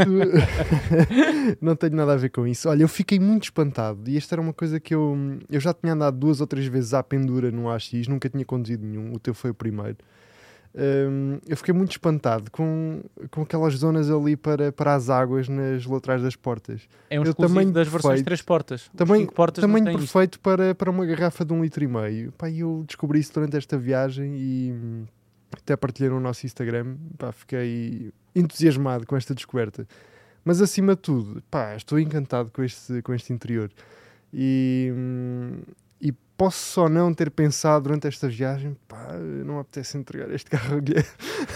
Não tenho nada a ver com isso. Olha, eu fiquei muito espantado, e esta era uma coisa que eu já tinha andado 2 ou 3 vezes à pendura no AX, nunca tinha conduzido nenhum, o teu foi o primeiro. eu fiquei muito espantado com aquelas zonas ali para as águas nas laterais das portas. É um Eu exclusivo tamanho das versões perfeito. 3 portas. Os Tamanho, 5 portas não tamanho têm isto. perfeito para uma garrafa de 1,5 litro. Pá, eu descobri isso durante esta viagem e até partilhei no nosso Instagram. Pá, fiquei entusiasmado com esta descoberta. Mas acima de tudo, pá, estou encantado com este interior. E posso só não ter pensado durante esta viagem, pá, não me apetece entregar este carro ao Guilherme.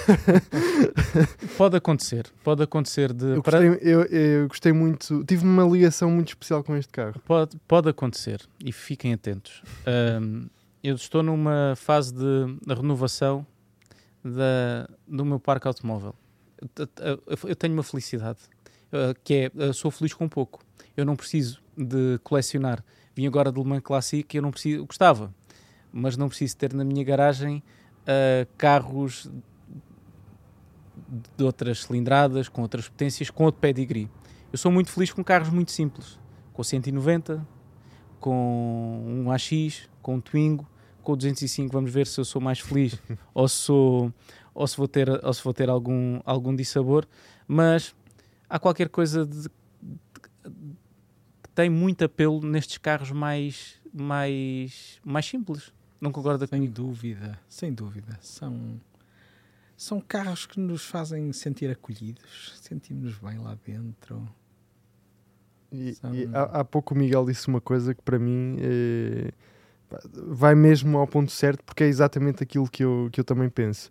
Pode acontecer Eu gostei muito, tive uma ligação muito especial com este carro. Pode acontecer, e fiquem atentos. Eu estou numa fase de renovação do meu parque automóvel. Eu tenho uma felicidade, que é, sou feliz com pouco. Eu não preciso de colecionar. Vim agora de Le Mans Classic e eu gostava, mas não preciso ter na minha garagem carros de outras cilindradas, com outras potências, com outro pedigree. Eu sou muito feliz com carros muito simples, com 190, com um AX, com um Twingo, com o 205. Vamos ver se eu sou mais feliz ou se vou ter algum dissabor, mas há qualquer coisa que tem muito apelo nestes carros mais simples. Não concorda comigo? Sem dúvida. São carros que nos fazem sentir acolhidos, sentimos-nos bem lá dentro. E há pouco o Miguel disse uma coisa que para mim vai mesmo ao ponto certo, porque é exatamente aquilo que eu também penso.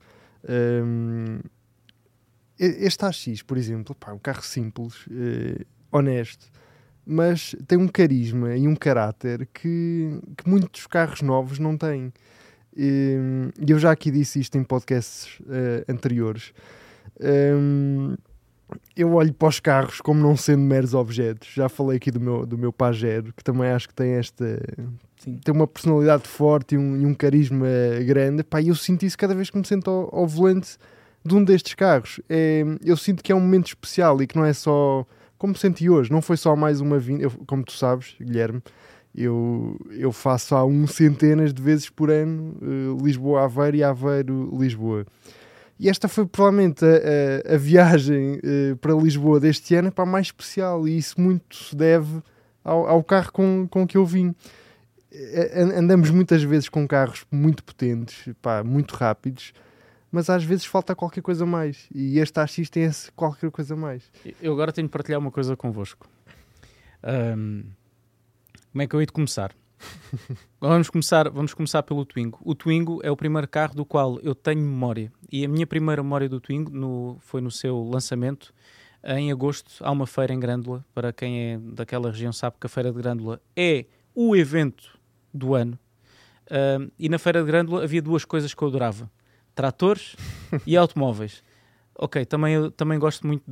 Este AX, por exemplo, pá, um carro simples, honesto, mas tem um carisma e um caráter que muitos carros novos não têm. E eu já aqui disse isto em podcasts anteriores. Eu olho para os carros como não sendo meros objetos. Já falei aqui do meu Pajero, que também acho que tem tem uma personalidade forte e um carisma grande. Pá, e eu sinto isso cada vez que me sento ao volante de um destes carros. Eu sinto que é um momento especial e que não é só... Como senti hoje, não foi só mais uma vinda. Como tu sabes, Guilherme, eu faço há centenas de vezes por ano Lisboa-Aveiro e Aveiro-Lisboa. E esta foi provavelmente a viagem para Lisboa deste ano mais especial, e isso muito se deve ao carro com que eu vim. Andamos muitas vezes com carros muito potentes, muito rápidos, mas às vezes falta qualquer coisa mais, e este AX tem esse qualquer coisa mais. Eu agora tenho de partilhar uma coisa convosco. Como é que eu hei de começar? Vamos começar pelo Twingo. O Twingo é o primeiro carro do qual eu tenho memória, e a minha primeira memória do Twingo foi no seu lançamento em agosto. Há uma feira em Grândola. Para quem é daquela região sabe que a Feira de Grândola é o evento do ano, e na Feira de Grândola havia duas coisas que eu adorava: tratores e automóveis. Ok, também gosto muito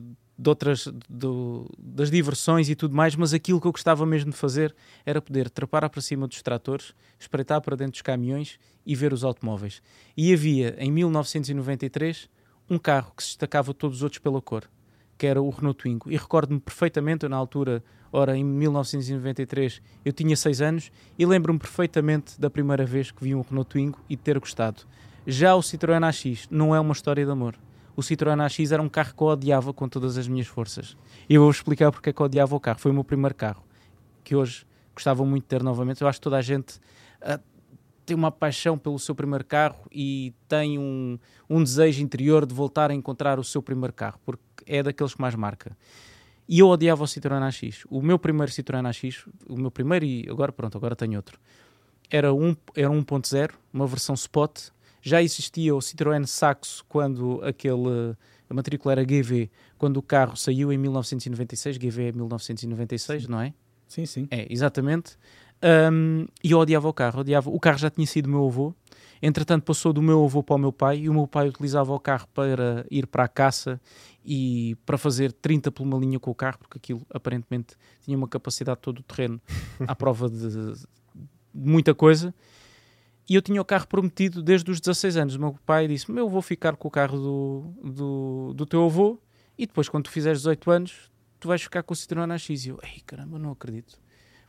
das diversões e tudo mais, mas aquilo que eu gostava mesmo de fazer era poder trepar para cima dos tratores, espreitar para dentro dos caminhões e ver os automóveis. E havia, em 1993, um carro que se destacava de todos os outros pela cor, que era o Renault Twingo. E recordo-me perfeitamente, eu, na altura, em 1993, eu tinha 6 anos, e lembro-me perfeitamente da primeira vez que vi um Renault Twingo e de ter gostado. Já o Citroën AX não é uma história de amor. O Citroën AX era um carro que eu odiava com todas as minhas forças. E eu vou explicar porque é que eu odiava o carro. Foi o meu primeiro carro, que hoje gostava muito de ter novamente. Eu acho que toda a gente tem uma paixão pelo seu primeiro carro e tem um desejo interior de voltar a encontrar o seu primeiro carro, porque é daqueles que mais marca. E eu odiava o Citroën AX. O meu primeiro Citroën AX, e agora tenho outro, era 1.0, uma versão Spot. Já existia o Citroën Saxo quando a matrícula era GV, quando o carro saiu em 1996, GV é 1996, não é? Sim, sim. É, exatamente. E eu odiava o carro. O carro já tinha sido do meu avô, entretanto passou do meu avô para o meu pai, e o meu pai utilizava o carro para ir para a caça e para fazer 30 por uma linha com o carro, porque aquilo aparentemente tinha uma capacidade de todo o terreno à prova de muita coisa. E eu tinha o carro prometido desde os 16 anos. O meu pai disse-me: eu vou ficar com o carro do teu avô, e depois, quando tu fizeres 18 anos, tu vais ficar com o Citroën AX. E eu: ei, caramba, não acredito.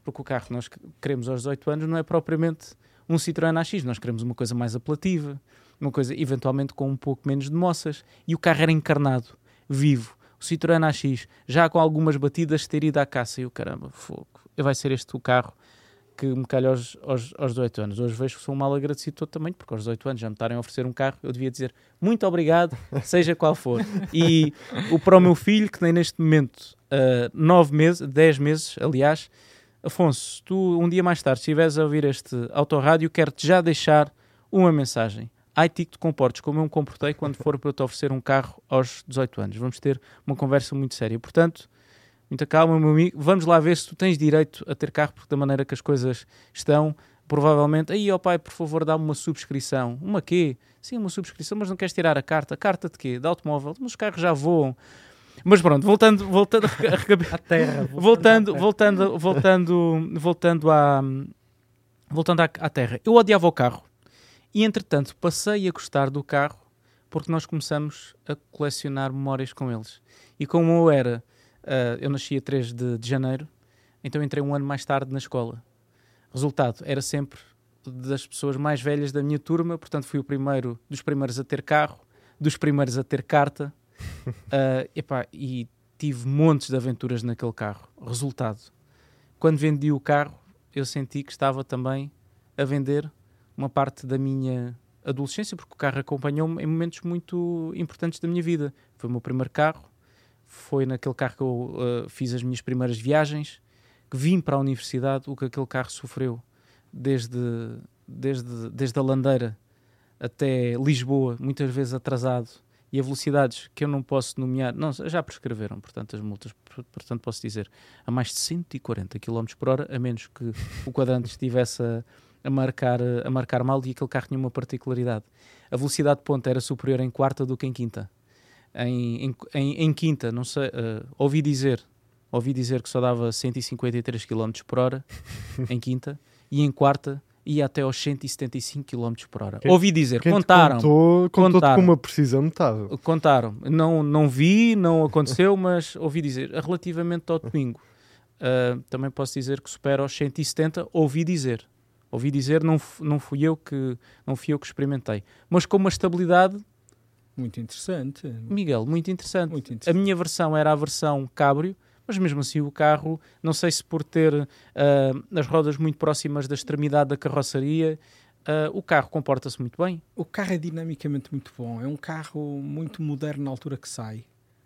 porque o carro que nós queremos aos 18 anos não é propriamente um Citroën AX, nós queremos uma coisa mais apelativa, uma coisa eventualmente com um pouco menos de moças, e o carro era encarnado, vivo. O Citroën AX, já com algumas batidas de ter ido à caça, e o caramba, fogo, vai ser este o carro que me calha aos 18 anos. Hoje vejo que sou um mal agradecido todo também, porque aos 18 anos já me estarem a oferecer um carro, eu devia dizer muito obrigado, seja qual for. E para o meu filho, que tem neste momento 10 meses, aliás, Afonso, tu um dia mais tarde, se estiveres a ouvir este autorrádio, quero-te já deixar uma mensagem. Ai, ti que te comportes como eu me comportei quando for para eu te oferecer um carro aos 18 anos. Vamos ter uma conversa muito séria. Portanto, muita calma, meu amigo. Vamos lá ver se tu tens direito a ter carro, porque da maneira que as coisas estão, provavelmente... Aí, ó pai, por favor, dá-me uma subscrição. Uma quê? Sim, uma subscrição, mas não queres tirar a carta? Carta de quê? De automóvel? Mas os carros já voam. Mas pronto, voltando à terra. Voltando à terra. Eu odiava o carro. E, entretanto, passei a gostar do carro porque nós começamos a colecionar memórias com eles. E como eu era... eu nasci a 3 de janeiro, então entrei um ano mais tarde na escola. Resultado, era sempre das pessoas mais velhas da minha turma, portanto fui dos primeiros a ter carro, dos primeiros a ter carta, e tive montes de aventuras naquele carro. Resultado, quando vendi o carro, eu senti que estava também a vender uma parte da minha adolescência, porque o carro acompanhou-me em momentos muito importantes da minha vida. Foi o meu primeiro carro, foi naquele carro que eu fiz as minhas primeiras viagens, que vim para a universidade, o que aquele carro sofreu desde a Landeira até Lisboa, muitas vezes atrasado, e a velocidades que eu não posso nomear, não, já prescreveram, portanto, as multas, portanto posso dizer, a mais de 140 km/h, a menos que o quadrante estivesse a marcar mal, e aquele carro tinha uma particularidade. A velocidade de ponta era superior em quarta do que em quinta. Em quinta, não sei, ouvi dizer que só dava 153 km/h em quinta, e em quarta ia até aos 175 km/h. Ouvi dizer, contaram com uma precisão notável. Contaram, não vi, não aconteceu, mas ouvi dizer. Relativamente ao Twingo, também posso dizer que supera aos 170, ouvi dizer, não fui eu que experimentei, mas com uma estabilidade muito interessante. Miguel, muito interessante. A minha versão era a versão cabrio, mas mesmo assim o carro, não sei se por ter as rodas muito próximas da extremidade da carroçaria, o carro comporta-se muito bem. O carro é dinamicamente muito bom. É um carro muito moderno na altura que sai.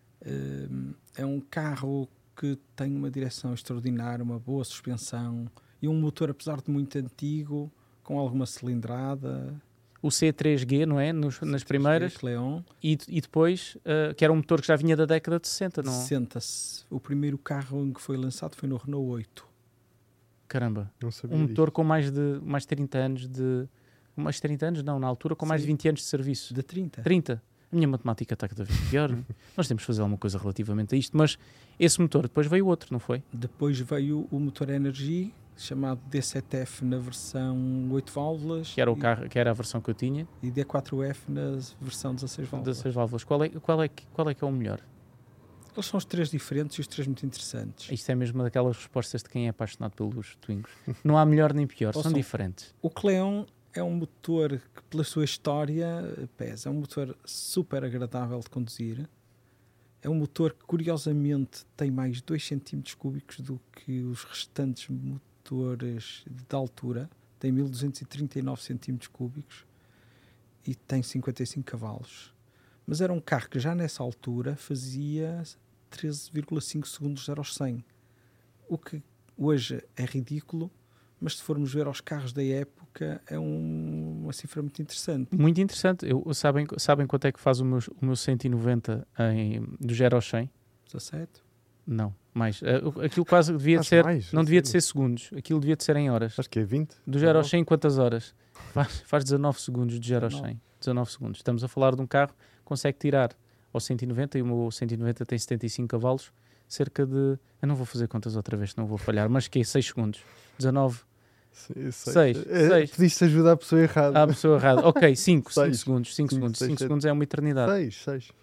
É um carro que tem uma direção extraordinária, uma boa suspensão e um motor, apesar de muito antigo, com alguma cilindrada. O C3G, não é? Nas primeiras. Leon. E depois, que era um motor que já vinha da década de 60, não? 60-se. O primeiro carro em que foi lançado foi no Renault 8. Caramba. Não sabia um motor disso. com mais de 30 anos de... Mais 30 anos? Não, na altura, com mais de 20 anos de serviço. De 30. 30. A minha matemática está cada vez pior. Nós temos que fazer alguma coisa relativamente a isto. Mas esse motor, depois veio outro, não foi? Depois veio o motor Energy, chamado D7F na versão 8 válvulas. Que era a versão que eu tinha. E D4F na versão 16 válvulas. 16 válvulas. Qual é que é o melhor? Eles são os três diferentes e os três muito interessantes. Isto é mesmo daquelas respostas de quem é apaixonado pelos Twingos. Não há melhor nem pior, são diferentes. O Cleon é um motor que, pela sua história, pesa. É um motor super agradável de conduzir. É um motor que, curiosamente, tem mais 2 cm cúbicos do que os restantes motores de altura. Tem 1239 cm cúbicos e tem 55 cavalos. Mas era um carro que já nessa altura fazia 13,5 segundos de 0 aos 100. O que hoje é ridículo, mas se formos ver aos carros da época é uma cifra muito interessante. Muito interessante. Sabem quanto é que faz o meu 190 do 0 aos 100? 17? Não, mais. Aquilo quase devia de ser... Mais, não devia de ser segundos. Aquilo devia de ser em horas. Acho que é 20. Do 0 aos 100 quantas horas? Faz 19 segundos de 0 aos 100. 19 segundos. Estamos a falar de um carro que consegue tirar ao 190, e o meu 190 tem 75 cavalos, cerca de... Eu não vou fazer contas outra vez, não vou falhar, mas que é 6 segundos. 19... 6. Pediste ajuda à pessoa errada. À pessoa errada. Ok, 5 segundos. 5 Sim, segundos. 5 6, segundos é uma eternidade. 6.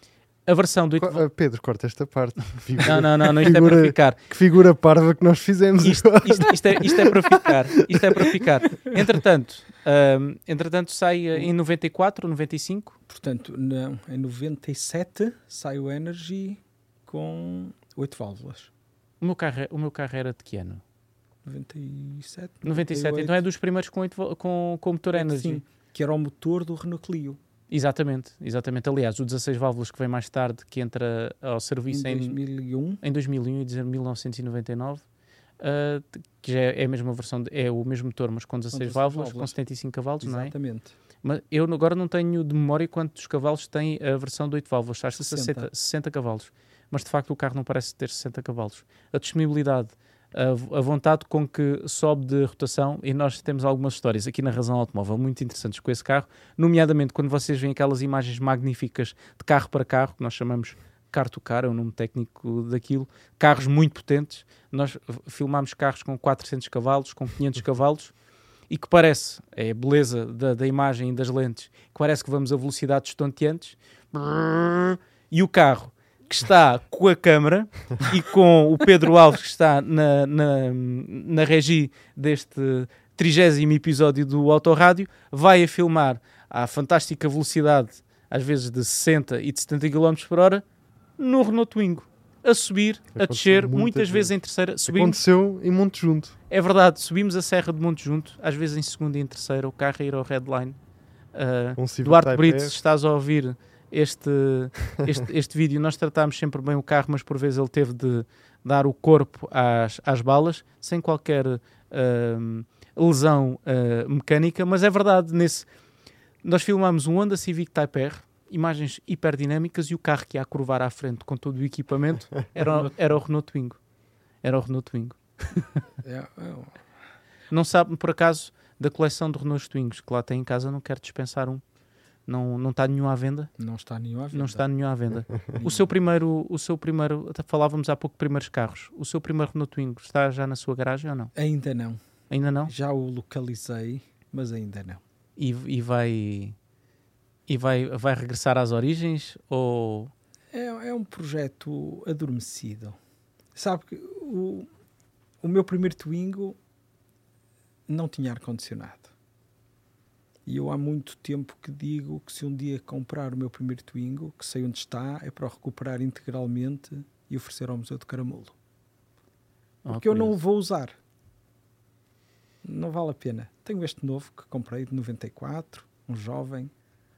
A versão do 8 Pedro, corta esta parte. Não, isto é para ficar. Que figura parva que nós fizemos. Isto é para ficar. Isto é para ficar. Entretanto sai em 94, 95. Portanto, não, em 97 sai o Energy com 8 válvulas. O meu carro era de que ano? 97. 97. Então é dos primeiros com motor Energy. Sim, que era o motor do Renault Clio. Exatamente. Aliás, o 16 válvulas que vem mais tarde, que entra ao serviço em 2001. Em 2001 e dizer 1999, que já é a mesma versão, é o mesmo motor, mas com 16 válvulas, com 75 cavalos, exatamente. Não é? Mas eu agora não tenho de memória quantos cavalos tem a versão de 8 válvulas, acho que 60 cavalos. Mas de facto o carro não parece ter 60 cavalos. A disponibilidade, a vontade com que sobe de rotação, e nós temos algumas histórias aqui na Razão Automóvel muito interessantes com esse carro, nomeadamente quando vocês veem aquelas imagens magníficas de carro para carro, que nós chamamos car to car, é o nome técnico daquilo, carros muito potentes. Nós filmámos carros com 400 cavalos, com 500 cavalos, e que parece, é a beleza da imagem e das lentes, que parece que vamos a velocidades estonteantes, e o carro que está com a câmara e com o Pedro Alves que está na regi deste 30º episódio do Autorádio, vai a filmar à fantástica velocidade, às vezes de 60 e de 70 km por hora, no Renault Twingo, a subir, a descer, muitas vezes em terceira. Aconteceu em Monte Junto. É verdade, subimos a Serra de Monte Junto, às vezes em segunda e em terceira, o carro a ir ao Redline. Duarte Brito, se estás a ouvir este vídeo, nós tratámos sempre bem o carro, mas por vezes ele teve de dar o corpo às balas, sem qualquer lesão mecânica, mas é verdade, nós filmámos um Honda Civic Type R, imagens hiperdinâmicas, e o carro que ia a curvar à frente com todo o equipamento era o Renault Twingo. Era o Renault Twingo. Não sabe, por acaso, da coleção de Renault Twingos que lá tem em casa, não quero dispensar um. Não está nenhum à venda? Não está nenhum à venda. Não está nenhum à venda. O seu primeiro, falávamos há pouco, primeiros carros. O seu primeiro Renault Twingo está já na sua garagem ou não? Ainda não. Ainda não? Já o localizei, mas ainda não. E vai regressar às origens? Ou... É um projeto adormecido. Sabe que o meu primeiro Twingo não tinha ar-condicionado. E eu há muito tempo que digo que se um dia comprar o meu primeiro Twingo, que sei onde está, é para o recuperar integralmente e oferecer ao Museu de Caramulo. Porque eu não o vou usar. Não vale a pena. Tenho este novo que comprei de 94, um jovem,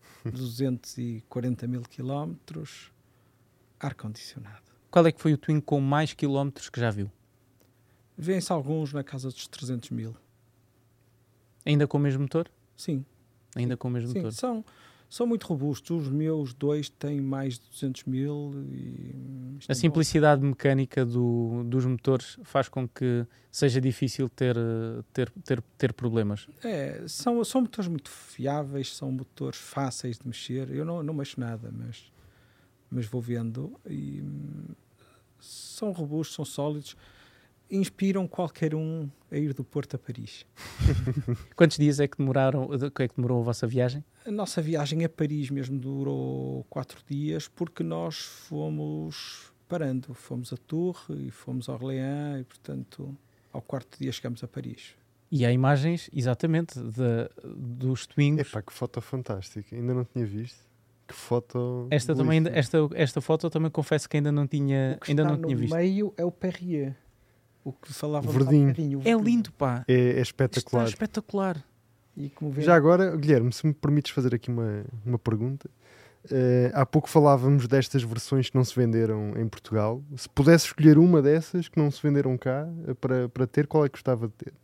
240 mil quilómetros, ar-condicionado. Qual é que foi o Twingo com mais quilómetros que já viu? Vêem-se alguns na casa dos 300 mil. Ainda com o mesmo motor? Sim. Ainda com o mesmo motor? São muito robustos. Os meus dois têm mais de 200 mil. A simplicidade mecânica dos motores faz com que seja difícil ter problemas. São motores muito fiáveis, são motores fáceis de mexer. Eu não mexo nada, mas vou vendo. E são robustos, são sólidos. Inspiram qualquer um a ir do Porto a Paris. Quantos dias é que demorou a vossa viagem? A nossa viagem a Paris mesmo durou 4 dias, porque nós fomos parando. Fomos a Tours e fomos a Orléans e, portanto, ao 4º dia chegamos a Paris. E há imagens, exatamente, dos Twingos. Epá, que foto fantástica. Ainda não tinha visto. Que foto... Esta foto também confesso que ainda não tinha visto. O meio é o Perrier. O que falava verdinho. É lindo, pá. É espetacular. Está espetacular. E já agora, Guilherme, se me permites fazer aqui uma pergunta. Há pouco falávamos destas versões que não se venderam em Portugal. Se pudesse escolher uma dessas que não se venderam cá para ter, qual é que gostava de ter?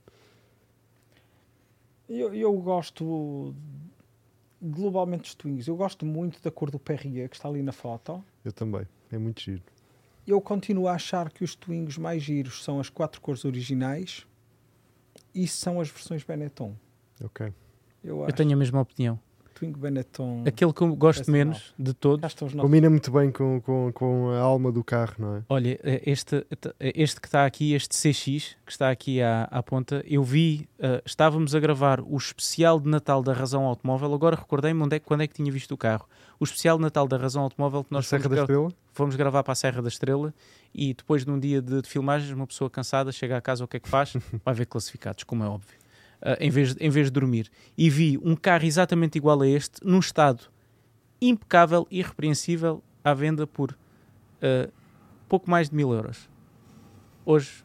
Eu gosto globalmente dos Twingos. Eu gosto muito da cor do Perrier que está ali na foto. Eu também. É muito giro. Eu continuo a achar que os Twingos mais giros são as 4 cores originais e são as versões Benetton. Ok. Eu tenho a mesma opinião. Twingo Benetton. Aquele que eu gosto Parece menos de Cá todos. estão os nossos. Combina muito bem com a alma do carro, não é? Olha, este que está aqui, este CX, que está aqui à ponta, eu vi, estávamos a gravar o especial de Natal da Razão Automóvel, agora recordei-me quando é que tinha visto o carro. O especial de Natal da Razão Automóvel que Na nós Serra da Estrela? fomos gravar para a Serra da Estrela e depois de um dia de filmagens, uma pessoa cansada chega a casa, o que é que faz? Vai ver classificados, como é óbvio, em vez de dormir. E vi um carro exatamente igual a este, num estado impecável, irrepreensível, à venda por pouco mais de 1000 euros. Hoje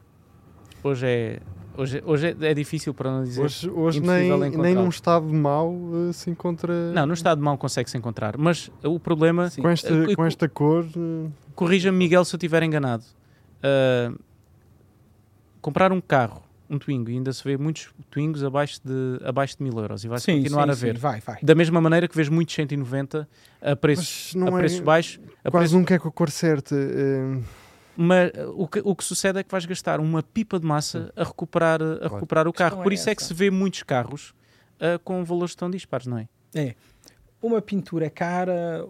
é difícil, para não dizer Hoje impossível nem encontrá-lo. num estado mau se encontra. Não, no estado de mau consegue-se encontrar, mas o problema, Sim. Com esta cor. corrija-me Miguel se eu estiver enganado, comprar um carro, um Twingo, e ainda se vê muitos Twingos abaixo de 1000 euros e vai-se continuar a ver. Sim, vai. Da mesma maneira que vês muitos 190 a preços, Mas não a preços baixos. Quase nunca é com a cor certa. Mas o que sucede é que vais gastar uma pipa de massa a recuperar o carro. questão Por é isso é que essa. se vê muitos carros com valores tão dispares, não é? É. Uma pintura é cara,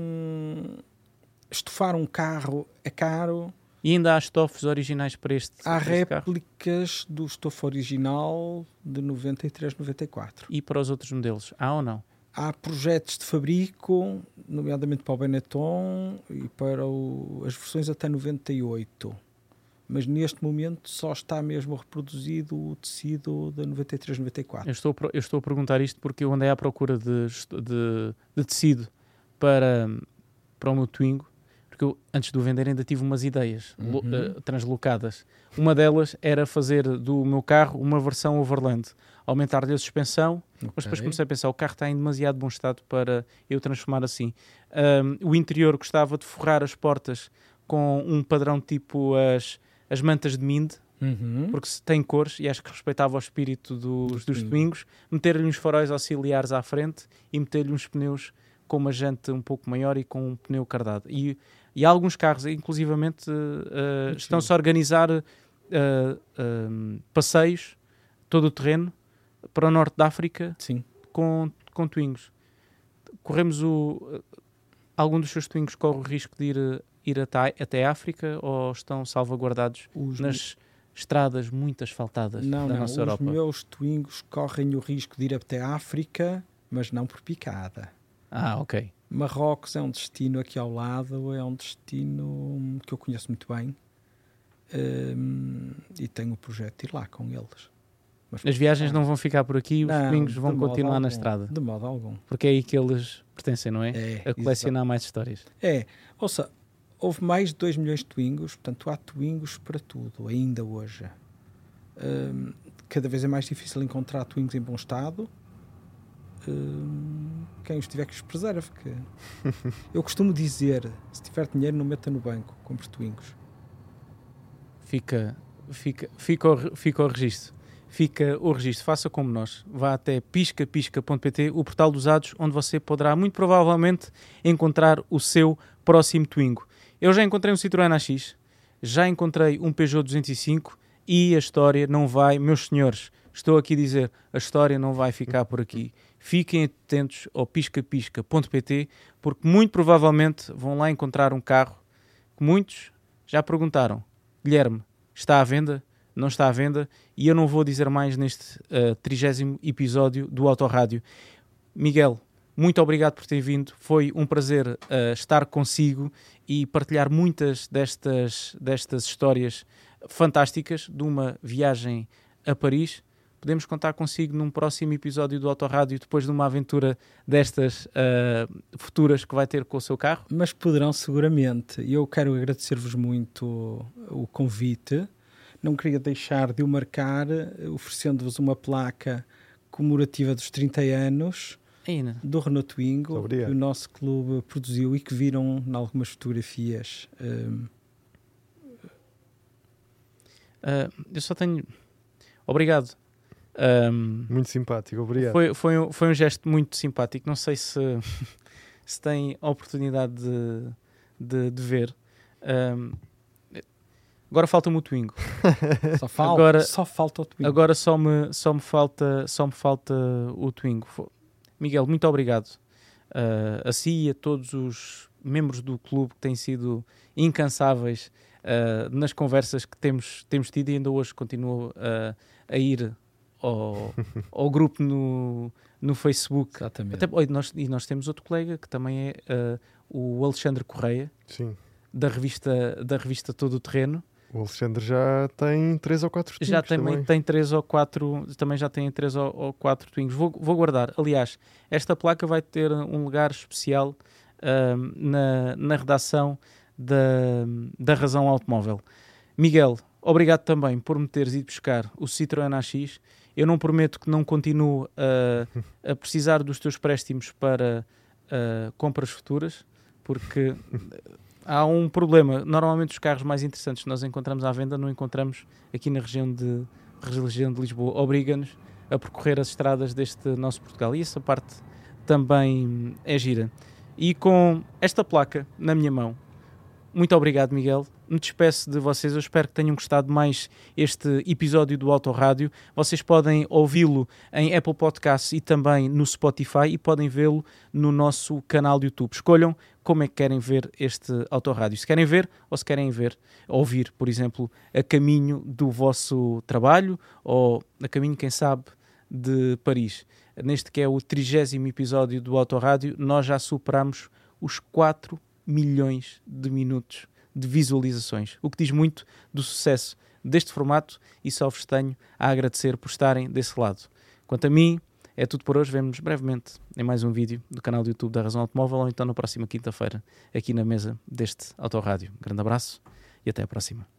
estofar um carro é caro. E ainda há estofos originais para este Há para este carro. réplicas do estofo original de 93, 94. E para os outros modelos, há ou não? Há projetos de fabrico, nomeadamente para o Benetton e para as versões até 98. Mas neste momento só está mesmo reproduzido o tecido da 93, 94. Eu estou a perguntar isto porque eu andei à procura de tecido para o meu Twingo, porque eu, antes de o vender, ainda tive umas ideias translocadas. Uma delas era fazer do meu carro uma versão overland, aumentar-lhe a suspensão, mas depois comecei a pensar, o carro está em demasiado bom estado para eu transformar assim. O interior gostava de forrar as portas com um padrão tipo as mantas de Mind, porque se tem cores, e acho que respeitava o espírito dos Twingos, meter-lhe uns faróis auxiliares à frente e meter-lhe uns pneus com uma janta um pouco maior e com um pneu cardado. E há alguns carros, inclusivamente, estão-se a organizar passeios, todo o terreno, para o norte da África, Sim. com Twingos. Algum dos seus Twingos corre o risco de ir até a África ou estão salvaguardados nas estradas muito asfaltadas da nossa Europa? Os meus Twingos correm o risco de ir até a África, mas não por picada. Ah, ok. Marrocos é um destino aqui ao lado, é um destino que eu conheço muito bem, e tenho o projeto de ir lá com eles. Mas As viagens não vão ficar por aqui, os Twingos vão continuar na estrada. De modo algum. Porque é aí que eles pertencem, não é? É, A colecionar mais histórias. Ouça, houve mais de 2 milhões de Twingos, portanto há Twingos para tudo, ainda hoje. Cada vez é mais difícil encontrar Twingos em bom estado. Quem os tiver que os preserve. Eu costumo dizer, se tiver dinheiro não meta no banco, compre Twingos. Fica o registro. Fica o registro, faça como nós. Vá até piscapisca.pt, o portal dos usados, onde você poderá muito provavelmente encontrar o seu próximo Twingo. Eu já encontrei um Citroën AX, já encontrei um Peugeot 205 e a história não vai, meus senhores, estou aqui a dizer, a história não vai ficar por aqui. Fiquem atentos ao piscapisca.pt, porque muito provavelmente vão lá encontrar um carro que muitos já perguntaram: Guilherme, está à venda? Não está à venda? E eu não vou dizer mais neste 30º episódio do Autorádio. Miguel, muito obrigado por ter vindo. Foi um prazer estar consigo e partilhar muitas destas histórias fantásticas de uma viagem a Paris. Podemos contar consigo num próximo episódio do Autorádio, depois de uma aventura destas futuras que vai ter com o seu carro? Mas poderão seguramente. Eu quero agradecer-vos muito o convite. Não queria deixar de o marcar, oferecendo-vos uma placa comemorativa dos 30 anos do Renault Twingo, que o nosso clube produziu e que viram em algumas fotografias. Eu só tenho... Obrigado. Muito simpático, obrigado. Foi um gesto muito simpático. Não sei se tem a oportunidade de ver. Agora falta-me o Twingo. Só falta o Twingo. Agora só me falta o Twingo. Miguel, muito obrigado a si e a todos os membros do clube que têm sido incansáveis nas conversas que temos tido, e ainda hoje continuo a ir ao grupo no Facebook. Exatamente. E nós temos outro colega que também é o Alexandre Correia, Sim. da revista Todo o Terreno. O Alexandre já tem 3 ou 4 twingos. Já tem 3 ou 4, também já tem 3 ou 4 twingos. Vou guardar. Aliás, esta placa vai ter um lugar especial na redação da Razão Automóvel. Miguel, obrigado também por me teres ido buscar o Citroën AX. Eu não prometo que não continuo a precisar dos teus préstimos para compras futuras, porque há um problema. Normalmente os carros mais interessantes que nós encontramos à venda não encontramos aqui na região de Lisboa. Obriga-nos a percorrer as estradas deste nosso Portugal, e essa parte também é gira. E com esta placa na minha mão, muito obrigado, Miguel. Me despeço de vocês. Eu espero que tenham gostado mais este episódio do Autorádio. Vocês podem ouvi-lo em Apple Podcasts e também no Spotify, e podem vê-lo no nosso canal de YouTube. Escolham como é que querem ver este Autorádio. Se querem ver ou se querem ouvir, por exemplo, a caminho do vosso trabalho, ou a caminho, quem sabe, de Paris. Neste que é o 30º episódio do Autorádio, nós já superamos os 4 milhões de minutos de visualizações, o que diz muito do sucesso deste formato, e só vos tenho a agradecer por estarem desse lado. Quanto a mim, é tudo por hoje. Vemo-nos brevemente em mais um vídeo do canal do YouTube da Razão Automóvel, ou então na próxima quinta-feira, aqui na mesa deste Autorádio. Um grande abraço e até à próxima.